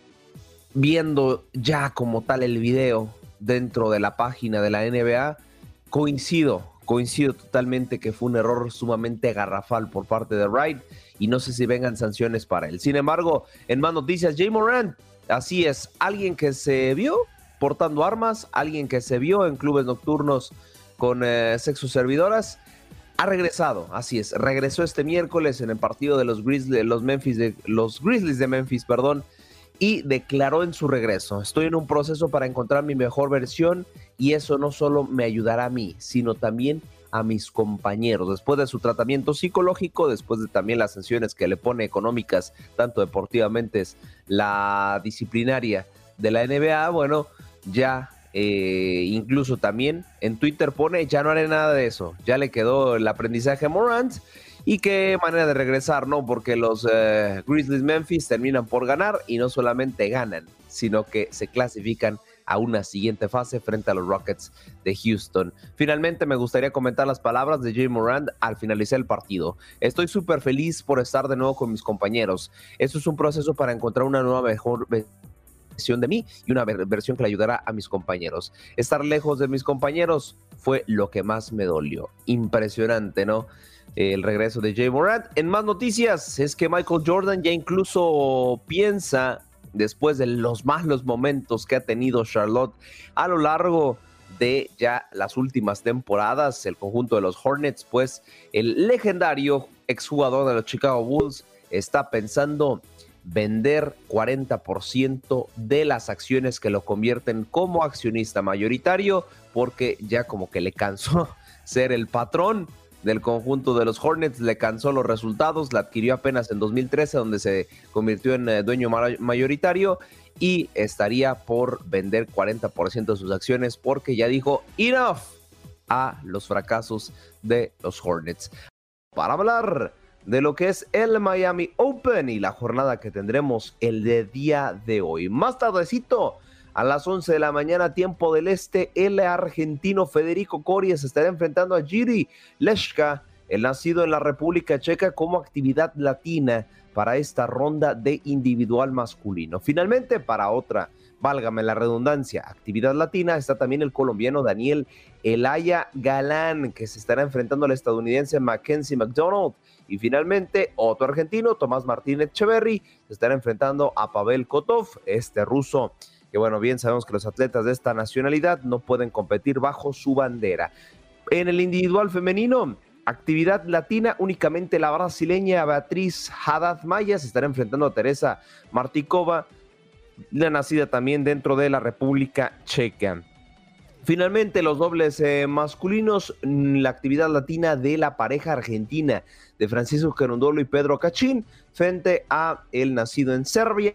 Viendo ya como tal el video dentro de la página de la N B A, coincido, coincido totalmente que fue un error sumamente garrafal por parte de Wright y no sé si vengan sanciones para él. Sin embargo, en más noticias, Ja Morant. Así es, alguien que se vio portando armas, alguien que se vio en clubes nocturnos con eh, sexo servidoras, ha regresado, así es, regresó este miércoles en el partido de los Grizzlies, los Memphis de, los Grizzlies de Memphis, perdón, y declaró en su regreso: estoy en un proceso para encontrar mi mejor versión y eso no solo me ayudará a mí, sino también a mis compañeros. Después de su tratamiento psicológico, después de también las sanciones que le pone económicas, tanto deportivamente es la disciplinaria de la N B A, bueno, ya eh, incluso también en Twitter pone, ya no haré nada de eso, ya le quedó el aprendizaje a Morant. Y qué manera de regresar, ¿no? Porque los eh, Grizzlies Memphis terminan por ganar y no solamente ganan, sino que se clasifican a una siguiente fase frente a los Rockets de Houston. Finalmente me gustaría comentar las palabras de Ja Morant al finalizar el partido. Estoy súper feliz por estar de nuevo con mis compañeros. Esto es un proceso para encontrar una nueva mejor versión de mí y una versión que le ayudará a mis compañeros. Estar lejos de mis compañeros fue lo que más me dolió. Impresionante, ¿no? El regreso de Ja Morant. En más noticias, es que Michael Jordan ya incluso piensa, después de los malos momentos que ha tenido Charlotte a lo largo de ya las últimas temporadas, el conjunto de los Hornets, pues el legendario exjugador de los Chicago Bulls está pensando vender cuarenta por ciento de las acciones que lo convierten como accionista mayoritario, porque ya como que le cansó ser el patrón del conjunto de los Hornets, le cansó los resultados, la adquirió apenas en dos mil trece, donde se convirtió en eh, dueño mayoritario y estaría por vender cuarenta por ciento de sus acciones porque ya dijo enough a los fracasos de los Hornets. Para hablar de lo que es el Miami Open y la jornada que tendremos el de día de hoy. Más tardecito, a las once de la mañana, tiempo del este, el argentino Federico Coria se estará enfrentando a Jiří Leška, el nacido en la República Checa, como actividad latina para esta ronda de individual masculino. Finalmente, para otra, válgame la redundancia, actividad latina, está también el colombiano Daniel Elaya Galán, que se estará enfrentando al estadounidense Mackenzie McDonald. Y finalmente, otro argentino, Tomás Martínez Echeverry, se estará enfrentando a Pavel Kotov, este ruso, que bueno, bien sabemos que los atletas de esta nacionalidad no pueden competir bajo su bandera. En el individual femenino, actividad latina, únicamente la brasileña Beatriz Haddad Maya se estará enfrentando a Teresa Martikova, la nacida también dentro de la República Checa. Finalmente, los dobles eh, masculinos, la actividad latina de la pareja argentina de Francisco Querundolo y Pedro Cachín frente a el nacido en Serbia,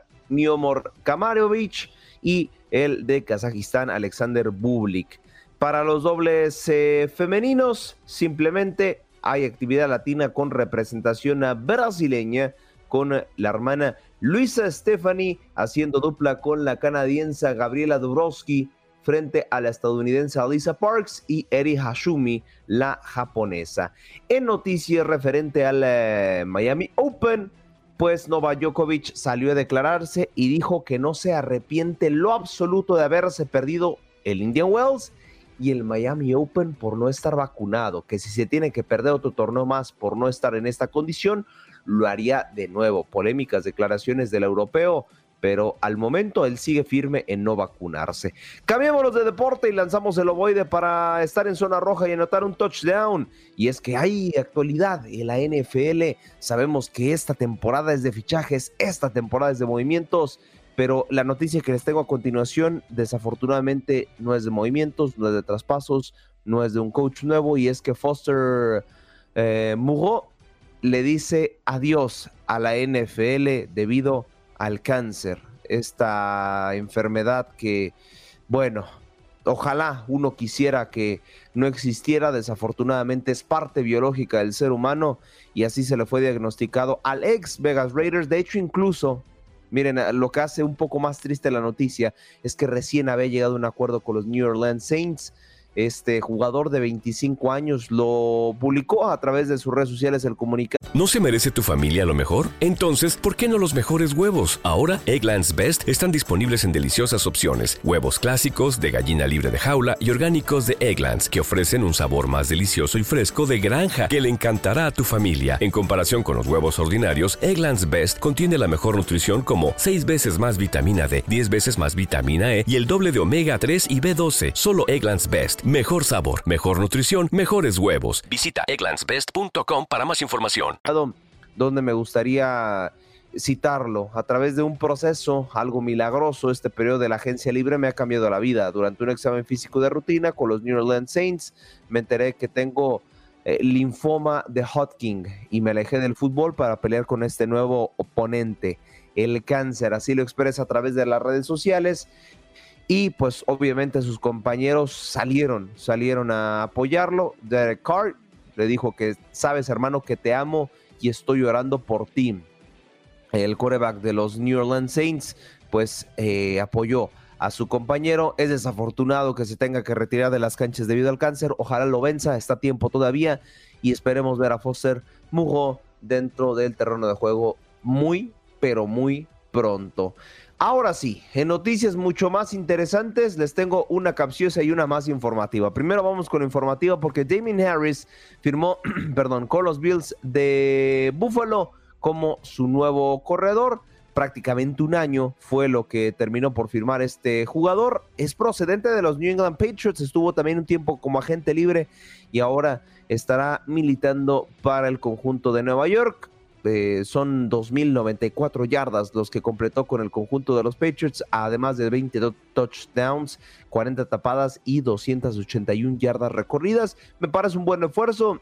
Miomir Kamarovic, y el de Kazajistán, Alexander Bublik. Para los dobles eh, femeninos, simplemente hay actividad latina con representación brasileña, con la hermana Luisa Stefani haciendo dupla con la canadiense Gabriela Dabrowski frente a la estadounidense Alyssa Parks y Eri Hashumi, la japonesa. En noticias referente al eh, Miami Open, pues Novak Djokovic salió a declararse y dijo que no se arrepiente lo absoluto de haberse perdido el Indian Wells y el Miami Open por no estar vacunado, que si se tiene que perder otro torneo más por no estar en esta condición, lo haría de nuevo. Polémicas declaraciones del europeo, pero al momento él sigue firme en no vacunarse. Cambiémonos de deporte y lanzamos el ovoide para estar en zona roja y anotar un touchdown. Y es que hay actualidad en la N F L. Sabemos que esta temporada es de fichajes, esta temporada es de movimientos, pero la noticia que les tengo a continuación, desafortunadamente, no es de movimientos, no es de traspasos, no es de un coach nuevo, y es que Foster eh, Moreau le dice adiós a la N F L debido al cáncer, esta enfermedad que, bueno, ojalá uno quisiera que no existiera, desafortunadamente es parte biológica del ser humano y así se le fue diagnosticado al ex Vegas Raiders. De hecho, incluso, miren, lo que hace un poco más triste la noticia es que recién había llegado a un acuerdo con los New Orleans Saints. Este jugador de veinticinco años lo publicó a través de sus redes sociales el comunicado. ¿No se merece tu familia lo mejor? Entonces, ¿por qué no los mejores huevos? Ahora, Eggland's Best están disponibles en deliciosas opciones. Huevos clásicos, de gallina libre de jaula y orgánicos de Eggland's, que ofrecen un sabor más delicioso y fresco de granja que le encantará a tu familia. En comparación con los huevos ordinarios, Eggland's Best contiene la mejor nutrición como seis veces más vitamina D, diez veces más vitamina E y el doble de omega tres y B doce. Solo Eggland's Best. Mejor sabor, mejor nutrición, mejores huevos. Visita egglands best punto com para más información. Donde me gustaría citarlo, a través de un proceso algo milagroso, este periodo de la agencia libre me ha cambiado la vida. Durante un examen físico de rutina con los New Orleans Saints, me enteré que tengo eh, linfoma de Hodgkin y me alejé del fútbol para pelear con este nuevo oponente, el cáncer. Así lo expresa a través de las redes sociales. Y pues obviamente sus compañeros salieron, salieron a apoyarlo. Derek Carr le dijo que sabes, hermano, que te amo y estoy llorando por ti. El quarterback de los New Orleans Saints pues eh, apoyó a su compañero. Es desafortunado que se tenga que retirar de las canchas debido al cáncer. Ojalá lo venza, está a tiempo todavía y esperemos ver a Foster Moreau dentro del terreno de juego muy, pero muy pronto. Ahora sí, en noticias mucho más interesantes les tengo una capciosa y una más informativa. Primero vamos con la informativa porque Damien Harris firmó perdón, con los Bills de Buffalo como su nuevo corredor. Prácticamente un año fue lo que terminó por firmar este jugador. Es procedente de los New England Patriots, estuvo también un tiempo como agente libre y ahora estará militando para el conjunto de Nueva York. Eh, son dos mil noventa y cuatro yardas los que completó con el conjunto de los Patriots, además de veinte touchdowns, cuarenta tapadas y doscientas ochenta y una yardas recorridas. Me parece un buen esfuerzo,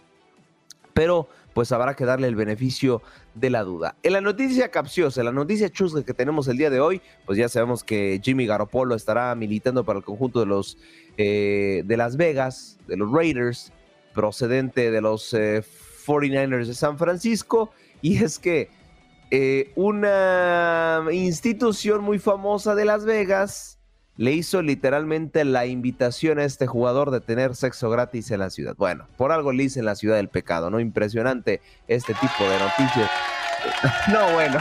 pero pues habrá que darle el beneficio de la duda. En la noticia capciosa, en la noticia chusca que tenemos el día de hoy, pues ya sabemos que Jimmy Garoppolo estará militando para el conjunto de los eh, de Las Vegas, de los Raiders, procedente de los eh, cuarenta y nueve ers de San Francisco, y es que eh, una institución muy famosa de Las Vegas le hizo literalmente la invitación a este jugador de tener sexo gratis en la ciudad. Bueno, por algo le dicen la ciudad del pecado, ¿no? Impresionante este tipo de noticias. No, bueno.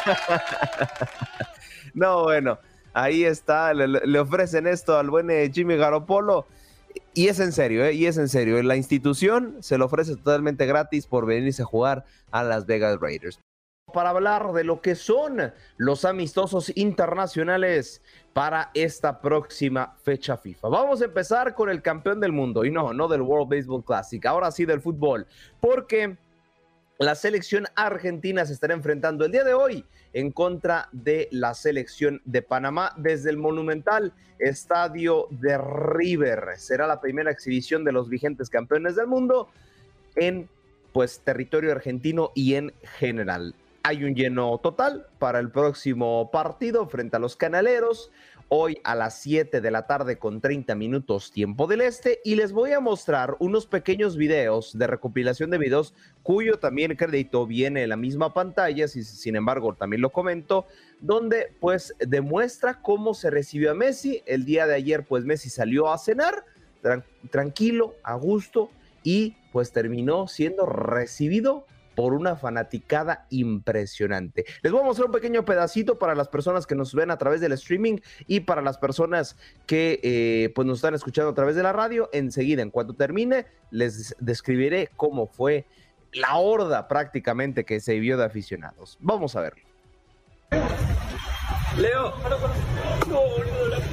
No, bueno. Ahí está, le, le ofrecen esto al buen Jimmy Garoppolo. Y es en serio, ¿eh? Y es en serio. La institución se lo ofrece totalmente gratis por venirse a jugar a Las Vegas Raiders. Para hablar de lo que son los amistosos internacionales para esta próxima fecha FIFA. Vamos a empezar con el campeón del mundo. Y no, no del World Baseball Classic. Ahora sí del fútbol. Porque la selección argentina se estará enfrentando el día de hoy en contra de la selección de Panamá desde el monumental estadio de River. Será la primera exhibición de los vigentes campeones del mundo en pues territorio argentino y en general. Hay un lleno total para el próximo partido frente a los Canaleros. hoy a las siete de la tarde con treinta minutos tiempo del este, y les voy a mostrar unos pequeños videos de recopilación de videos cuyo también crédito viene en la misma pantalla, si, sin embargo también lo comento, donde pues demuestra cómo se recibió a Messi. El día de ayer pues Messi salió a cenar tran- tranquilo, a gusto, y pues terminó siendo recibido por una fanaticada impresionante. Les voy a mostrar un pequeño pedacito para las personas que nos ven a través del streaming y para las personas que eh, pues nos están escuchando a través de la radio. Enseguida, en cuanto termine, les describiré cómo fue la horda prácticamente que se vivió de aficionados. Vamos a verlo. Leo, no, boludo, la...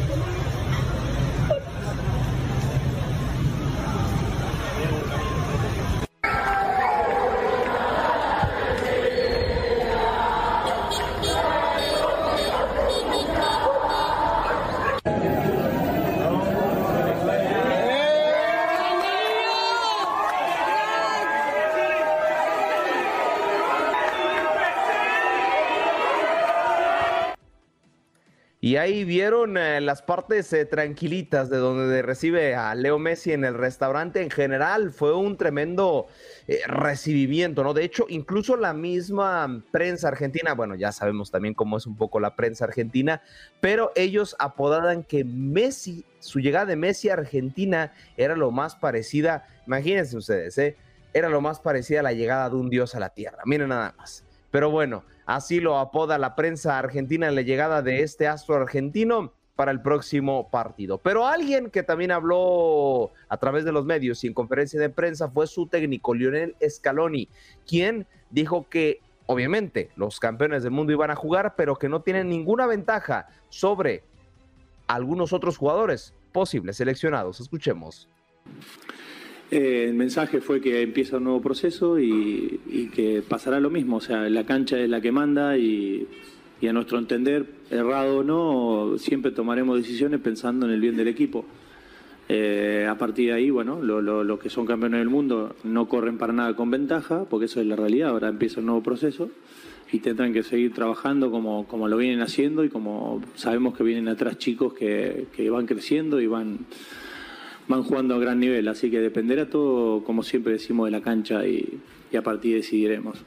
Y ahí vieron eh, las partes eh, tranquilitas de donde recibe a Leo Messi en el restaurante. En general fue un tremendo eh, recibimiento, ¿no? De hecho, incluso la misma prensa argentina, bueno, ya sabemos también cómo es un poco la prensa argentina, pero ellos apodaban que Messi, su llegada de Messi a Argentina era lo más parecida, imagínense ustedes, ¿eh? Era lo más parecida a la llegada de un dios a la tierra. Miren nada más. Pero bueno, así lo apoda la prensa argentina en la llegada de este astro argentino para el próximo partido. Pero alguien que también habló a través de los medios y en conferencia de prensa fue su técnico, Lionel Scaloni, quien dijo que obviamente los campeones del mundo iban a jugar, pero que no tienen ninguna ventaja sobre algunos otros jugadores posibles seleccionados. Escuchemos. Eh, el mensaje fue que empieza un nuevo proceso y, y que pasará lo mismo, o sea, la cancha es la que manda y, y a nuestro entender, errado o no, siempre tomaremos decisiones pensando en el bien del equipo. Eh, a partir de ahí, bueno, los lo, lo que son campeones del mundo no corren para nada con ventaja, porque eso es la realidad, ahora empieza un nuevo proceso y tendrán que seguir trabajando como, como lo vienen haciendo y como sabemos que vienen atrás chicos que, que van creciendo y van... van jugando a gran nivel, así que dependerá todo, como siempre decimos, de la cancha y, y a partir decidiremos.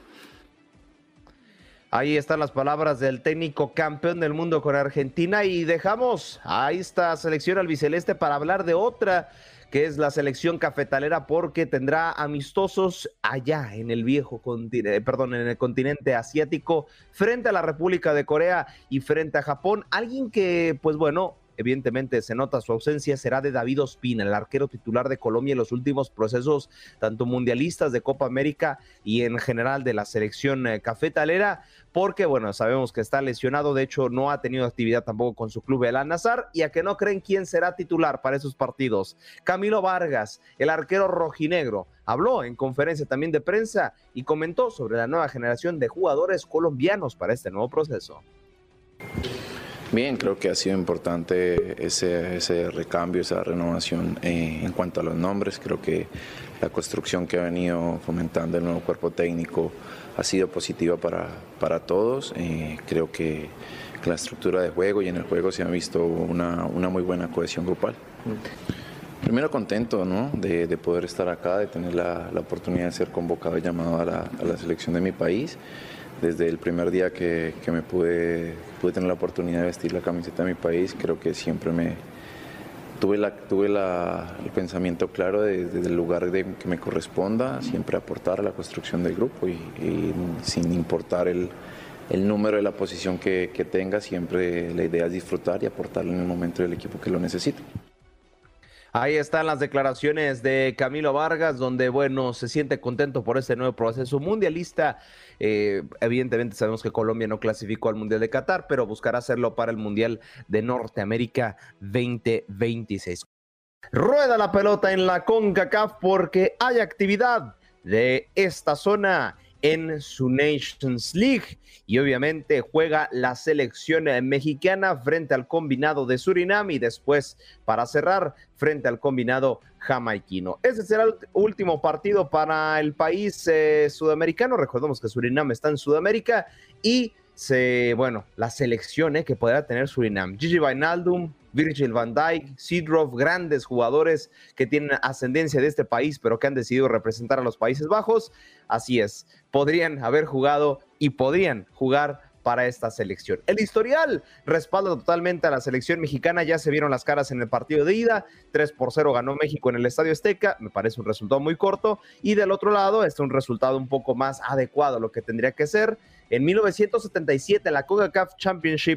Ahí están las palabras del técnico campeón del mundo con Argentina y dejamos a esta selección albiceleste para hablar de otra, que es la selección cafetalera, porque tendrá amistosos allá en el viejo continente, perdón, en el continente asiático, frente a la República de Corea y frente a Japón. Alguien que, pues bueno, evidentemente se nota su ausencia, será de David Ospina, el arquero titular de Colombia en los últimos procesos, tanto mundialistas de Copa América y en general de la selección eh, cafetalera, porque bueno, sabemos que está lesionado, de hecho no ha tenido actividad tampoco con su club el Al-Nassr, y a que no creen quién será titular para esos partidos. Camilo Vargas, el arquero rojinegro, habló en conferencia también de prensa y comentó sobre la nueva generación de jugadores colombianos para este nuevo proceso. Bien, creo que ha sido importante ese, ese recambio, esa renovación eh, en cuanto a los nombres. Creo que la construcción que ha venido fomentando el nuevo cuerpo técnico ha sido positiva para, para todos. Eh, creo que la estructura de juego y en el juego se ha visto una, una muy buena cohesión grupal. Primero contento, ¿no? de, de poder estar acá, de tener la, la oportunidad de ser convocado y llamado a la, a la selección de mi país. Desde el primer día que, que me pude, pude tener la oportunidad de vestir la camiseta de mi país, creo que siempre me tuve, la, tuve la, el pensamiento claro de, desde el lugar de, que me corresponda, siempre aportar a la construcción del grupo y, y sin importar el, el número de la posición que, que tenga, siempre la idea es disfrutar y aportarle en el momento del equipo que lo necesite. Ahí están las declaraciones de Camilo Vargas, donde, bueno, se siente contento por este nuevo proceso mundialista. Eh, evidentemente sabemos que Colombia no clasificó al Mundial de Qatar, pero buscará hacerlo para el Mundial de Norteamérica veinte veintiséis. Rueda la pelota en la CONCACAF porque hay actividad de esta zona en su Nations League y obviamente juega la selección mexicana frente al combinado de Surinam y después para cerrar frente al combinado jamaiquino. Ese será el último partido para el país eh, sudamericano. Recordemos que Surinam está en Sudamérica y se, bueno, la selección eh, que podrá tener Surinam. Gigi Wijnaldum, Virgil van Dijk, Seedorf, grandes jugadores que tienen ascendencia de este país, pero que han decidido representar a los Países Bajos. Así es, podrían haber jugado y podrían jugar para esta selección. El historial respalda totalmente a la selección mexicana. Ya se vieron las caras en el partido de ida. tres por cero ganó México en el Estadio Azteca. Me parece un resultado muy corto. Y del otro lado, este es un resultado un poco más adecuado a lo que tendría que ser. En mil novecientos setenta y siete, la CONCACAF Championship,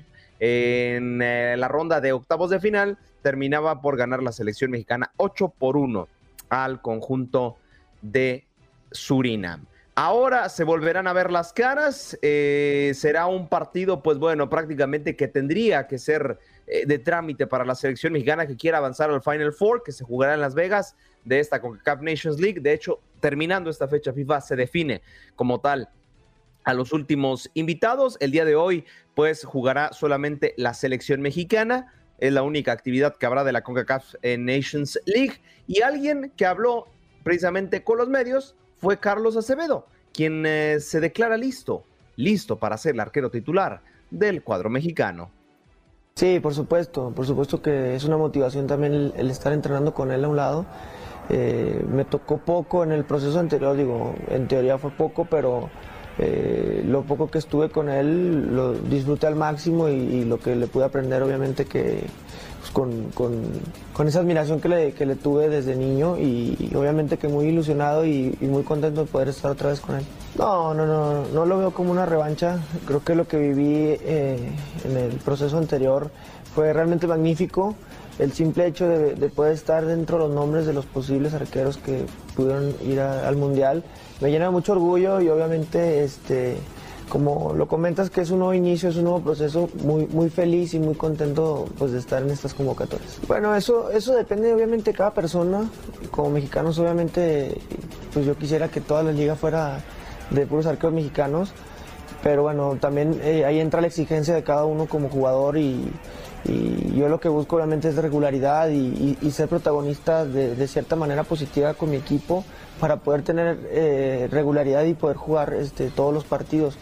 en eh, la ronda de octavos de final, terminaba por ganar la selección mexicana ocho por uno al conjunto de Surinam. Ahora se volverán a ver las caras, eh, será un partido, pues bueno, prácticamente que tendría que ser eh, de trámite para la selección mexicana que quiera avanzar al Final Four, que se jugará en Las Vegas de esta CONCACAF Nations League. De hecho, terminando esta fecha FIFA, se define como tal a los últimos invitados. El día de hoy, pues jugará solamente la selección mexicana, es la única actividad que habrá de la CONCACAF Nations League, y alguien que habló precisamente con los medios fue Carlos Acevedo, quien eh, se declara listo, listo para ser el arquero titular del cuadro mexicano. Sí, por supuesto, por supuesto que es una motivación también el, el estar entrenando con él a un lado. Eh, me tocó poco en el proceso anterior, digo, en teoría fue poco, pero eh, lo poco que estuve con él lo disfruté al máximo y, y lo que le pude aprender, obviamente que pues, con, con, con esa admiración que le, que le tuve desde niño y, y obviamente que muy ilusionado y, y muy contento de poder estar otra vez con él. No, no, no, no lo veo como una revancha. Creo que lo que viví eh, en el proceso anterior fue realmente magnífico. El simple hecho de, de poder estar dentro de los nombres de los posibles arqueros que pudieron ir a, al Mundial me llena de mucho orgullo y obviamente, este, como lo comentas, que es un nuevo inicio, es un nuevo proceso, muy, muy feliz y muy contento pues, de estar en estas convocatorias. Bueno, eso, eso depende obviamente de cada persona. Como mexicanos, obviamente, pues yo quisiera que toda la liga fuera de puros arqueros mexicanos, pero bueno, también eh, ahí entra la exigencia de cada uno como jugador y, y yo lo que busco obviamente es regularidad y, y, y ser protagonista de, de cierta manera positiva con mi equipo para poder tener eh, regularidad y poder jugar este, todos los partidos.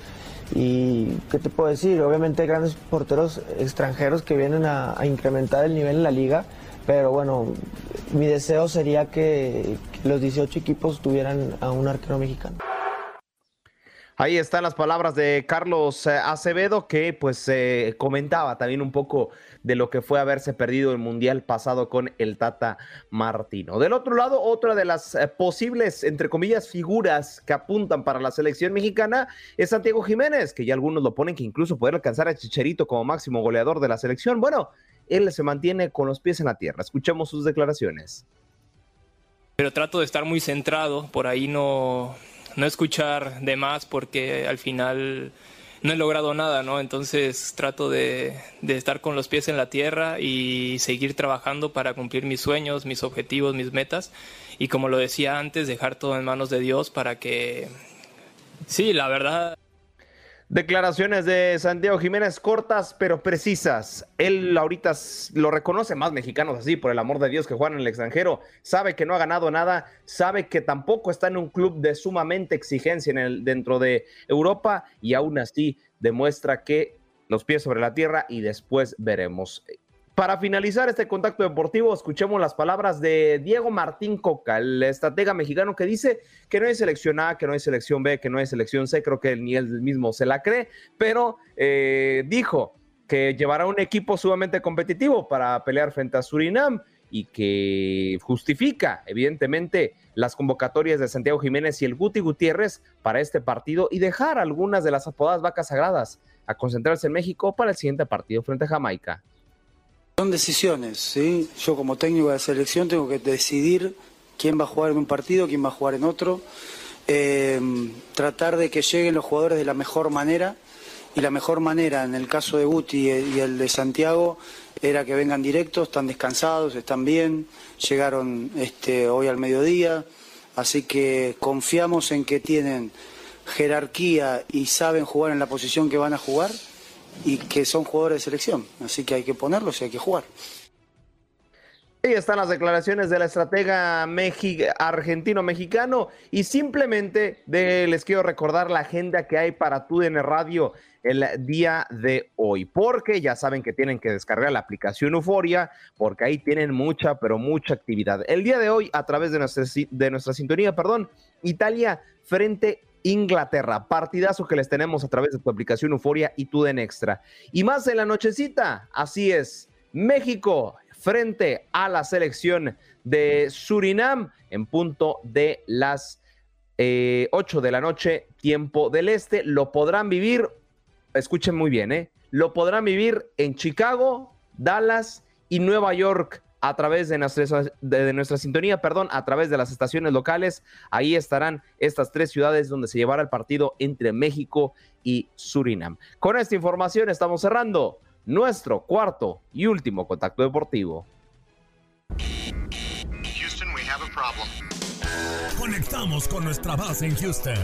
Y ¿qué te puedo decir? Obviamente hay grandes porteros extranjeros que vienen a, a incrementar el nivel en la liga, pero bueno, mi deseo sería que, que los dieciocho equipos tuvieran a un arquero mexicano. Ahí están las palabras de Carlos Acevedo, que pues eh, comentaba también un poco de lo que fue haberse perdido el Mundial pasado con el Tata Martino. Del otro lado, otra de las eh, posibles, entre comillas, figuras que apuntan para la selección mexicana es Santiago Jiménez, que ya algunos lo ponen que incluso puede alcanzar a Chicharito como máximo goleador de la selección. Bueno, él se mantiene con los pies en la tierra. Escuchemos sus declaraciones. Pero trato de estar muy centrado, por ahí no... no escuchar de más porque al final no he logrado nada, ¿no? Entonces trato de, de estar con los pies en la tierra y seguir trabajando para cumplir mis sueños, mis objetivos, mis metas. Y como lo decía antes, dejar todo en manos de Dios para que... Sí, la verdad... Declaraciones de Santiago Jiménez cortas pero precisas. Él ahorita lo reconoce, más mexicanos así, por el amor de Dios, que juegan en el extranjero. Sabe que no ha ganado nada, sabe que tampoco está en un club de sumamente exigencia en el, dentro de Europa, y aún así demuestra que los pies sobre la tierra y después veremos. Para finalizar este contacto deportivo, escuchemos las palabras de Diego Martín Coca, el estratega mexicano, que dice que no hay selección A, que no hay selección B, que no hay selección C. Creo que ni él mismo se la cree, pero eh, dijo que llevará un equipo sumamente competitivo para pelear frente a Surinam y que justifica, evidentemente, las convocatorias de Santiago Jiménez y el Guti Gutiérrez para este partido y dejar algunas de las apodadas vacas sagradas a concentrarse en México para el siguiente partido frente a Jamaica. Son decisiones, ¿sí? Yo como técnico de selección tengo que decidir quién va a jugar en un partido, quién va a jugar en otro, eh, tratar de que lleguen los jugadores de la mejor manera, y la mejor manera en el caso de Guti y el de Santiago era que vengan directos, están descansados, están bien, llegaron este, hoy al mediodía, así que confiamos en que tienen jerarquía y saben jugar en la posición que van a jugar, y que son jugadores de selección, así que hay que ponerlos y hay que jugar. Ahí están las declaraciones de la estratega Mexi- argentino-mexicano y simplemente de, les quiero recordar la agenda que hay para T U D N Radio el día de hoy, porque ya saben que tienen que descargar la aplicación Euforia, porque ahí tienen mucha, pero mucha actividad. El día de hoy, a través de nuestra, de nuestra sintonía, perdón, Italia frente Inglaterra, partidazo que les tenemos a través de tu aplicación Euforia y T U D N Extra. Y más en la nochecita, así es, México frente a la selección de Surinam en punto de las eh, ocho de la noche, tiempo del este. Lo podrán vivir, escuchen muy bien, ¿eh? Lo podrán vivir en Chicago, Dallas y Nueva York a través de nuestra, de, de nuestra sintonía, perdón, a través de las estaciones locales. Ahí estarán estas tres ciudades donde se llevará el partido entre México y Surinam. Con esta información estamos cerrando nuestro cuarto y último contacto deportivo. Houston, we have a problem. Conectamos con nuestra base en Houston.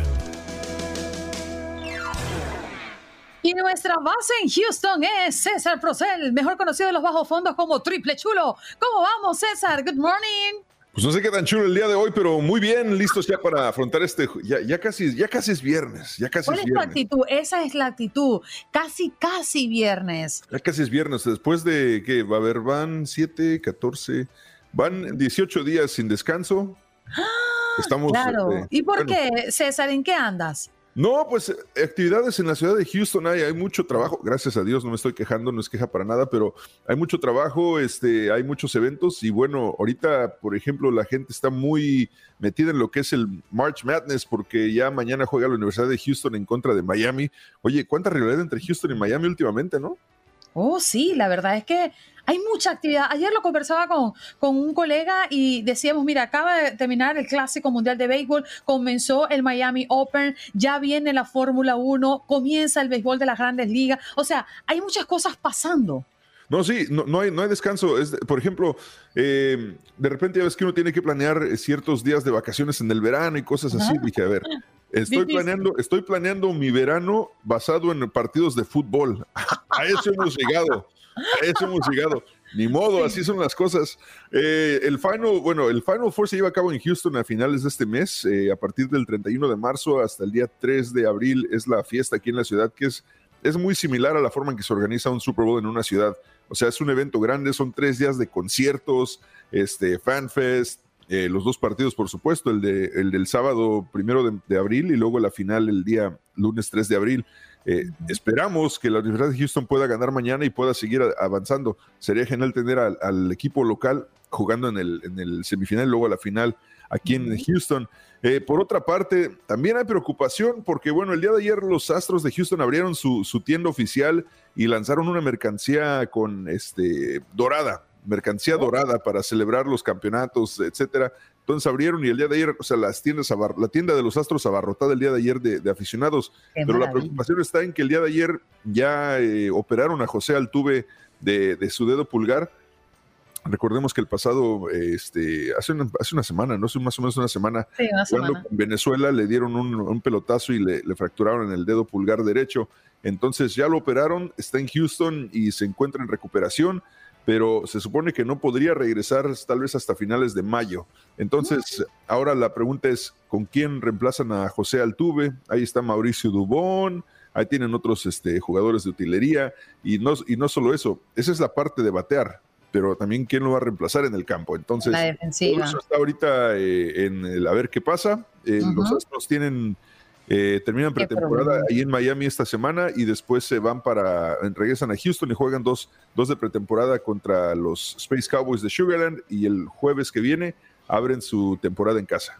Y nuestra base en Houston es César Procel, mejor conocido en los bajos fondos como Triple Chulo. ¿Cómo vamos, César? Good morning. Pues no sé qué tan chulo el día de hoy, pero muy bien, listos ya para afrontar este, ya, ya casi, ya casi es viernes, ya casi ¿Cuál es es tu viernes. actitud? Esa es la actitud. Casi, casi viernes. Ya casi es viernes, después de que va a haber, van siete, catorce, van dieciocho días sin descanso. Estamos, Claro. eh, ¿Y por bueno. qué, César? ¿En qué andas? No, pues actividades en la ciudad de Houston, hay, hay mucho trabajo, gracias a Dios, no me estoy quejando, no es queja para nada, pero hay mucho trabajo, este, hay muchos eventos y bueno, ahorita, por ejemplo, la gente está muy metida en lo que es el March Madness porque ya mañana juega la Universidad de Houston en contra de Miami. Oye, ¿cuánta rivalidad entre Houston y Miami últimamente, no? Oh, sí, la verdad es que hay mucha actividad. Ayer lo conversaba con, con un colega y decíamos, mira, acaba de terminar el Clásico Mundial de Béisbol, comenzó el Miami Open, ya viene la Fórmula uno, comienza el béisbol de las Grandes Ligas. O sea, hay muchas cosas pasando. No, sí, no, no, hay, no hay descanso. Es, por ejemplo, eh, de repente ya ves que uno tiene que planear ciertos días de vacaciones en el verano y cosas así. Ajá. Dije, a ver, estoy Difícil. planeando, estoy planeando mi verano basado en partidos de fútbol. A eso hemos llegado. A eso hemos llegado. Ni modo, así son las cosas. Eh, el Final, bueno, el Final Four se lleva a cabo en Houston a finales de este mes. Eh, a partir del treinta y uno de marzo hasta el día tres de abril es la fiesta aquí en la ciudad, que es, es muy similar a la forma en que se organiza un Super Bowl en una ciudad. O sea, es un evento grande, son tres días de conciertos, este, fanfest, eh, los dos partidos, por supuesto, el, de, el del sábado primero de, de abril y luego la final el día lunes tres de abril. Eh, esperamos que la Universidad de Houston pueda ganar mañana y pueda seguir a, avanzando. Sería genial tener al, al equipo local jugando en el, en el semifinal y luego a la final aquí en Houston. Eh, por otra parte, también hay preocupación porque, bueno, el día de ayer los Astros de Houston abrieron su, su tienda oficial y lanzaron una mercancía con este dorada, mercancía dorada para celebrar los campeonatos, etcétera. Entonces abrieron y el día de ayer, o sea, las tiendas abar- la tienda de los Astros abarrotada el día de ayer de, de aficionados. Qué Pero la maravilla. preocupación está en que el día de ayer ya eh, operaron a José Altuve de, de su dedo pulgar. Recordemos que el pasado, este, hace una, hace una semana, no sé, más o menos una semana, Sí, una jugando semana. con Venezuela, le dieron un, un pelotazo y le, le fracturaron en el dedo pulgar derecho. Entonces ya lo operaron, está en Houston y se encuentra en recuperación, pero se supone que no podría regresar tal vez hasta finales de mayo. Entonces, ahora la pregunta es, ¿con quién reemplazan a José Altuve? Ahí está Mauricio Dubón, ahí tienen otros este, jugadores de utilería, y no, y no solo eso, esa es la parte de batear, pero también quién lo va a reemplazar en el campo. Entonces, La defensiva. todo eso está ahorita eh, en el a ver qué pasa. Eh, Ujú. Los Astros tienen... Eh, terminan Qué pretemporada problema. ahí en Miami esta semana y después se van para, regresan a Houston y juegan dos, dos de pretemporada contra los Space Cowboys de Sugarland y el jueves que viene abren su temporada en casa.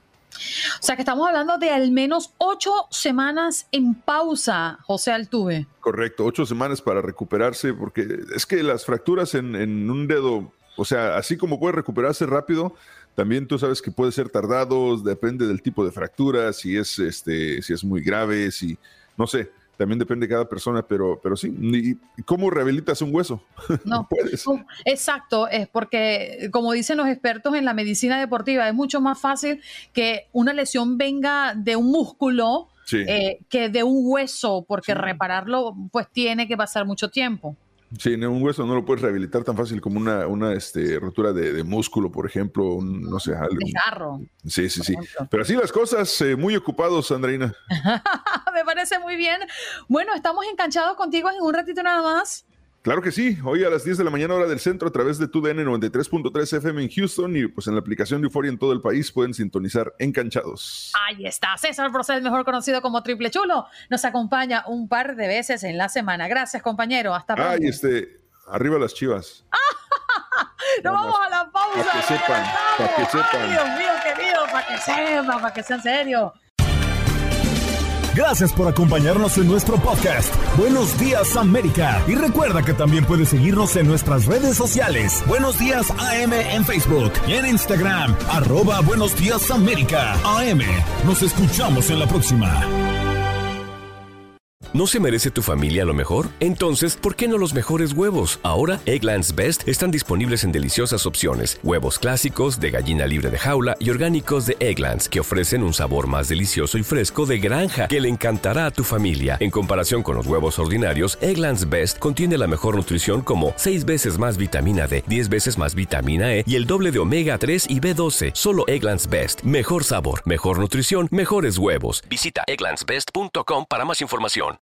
O sea que estamos hablando de al menos ocho semanas en pausa, José Altuve. Correcto, ocho semanas para recuperarse porque es que las fracturas en, en un dedo, o sea, así como puede recuperarse rápido, también tú sabes que puede ser tardado, depende del tipo de fractura, si es, este, si es muy grave, si, no sé, también depende de cada persona, pero, pero sí. ¿Y cómo rehabilitas un hueso? No, puedes. no, exacto, es porque, como dicen los expertos en la medicina deportiva, es mucho más fácil que una lesión venga de un músculo Sí. eh, que de un hueso, porque repararlo pues tiene que pasar mucho tiempo. Sí, un hueso no lo puedes rehabilitar tan fácil como una, una este, rotura de, de músculo, por ejemplo, un, no sé, algo. Desgarro. Sí, sí, sí. Pero así las cosas, eh, muy ocupados, Andreina. Me parece muy bien. Bueno, estamos enganchados contigo en un ratito nada más. Claro que sí, hoy a las diez de la mañana hora del centro a través de Tu D N noventa y tres punto tres F M en Houston y pues en la aplicación de Euphoria en todo el país pueden sintonizar Enganchados. Ahí está, César Procel, mejor conocido como Triple Chulo, nos acompaña un par de veces en la semana. Gracias, compañero, hasta pronto. Ay, este, arriba las Chivas. Nos vamos a la pausa. Para que sepan, para que sepan. Ay, Dios mío, querido, para que sepan, para que sea en serio. Gracias por acompañarnos en nuestro podcast. Buenos Días América. Y recuerda que también puedes seguirnos en nuestras redes sociales. Buenos Días A M en Facebook y en Instagram. Arroba Buenos Días América A M. Nos escuchamos en la próxima. ¿No se merece tu familia lo mejor? Entonces, ¿por qué no los mejores huevos? Ahora, Eggland's Best están disponibles en deliciosas opciones. Huevos clásicos, de gallina libre de jaula y orgánicos de Eggland's, que ofrecen un sabor más delicioso y fresco de granja que le encantará a tu familia. En comparación con los huevos ordinarios, Eggland's Best contiene la mejor nutrición como seis veces más vitamina D, diez veces más vitamina E y el doble de omega tres y B doce. Solo Eggland's Best. Mejor sabor, mejor nutrición, mejores huevos. Visita egglands best punto com para más información.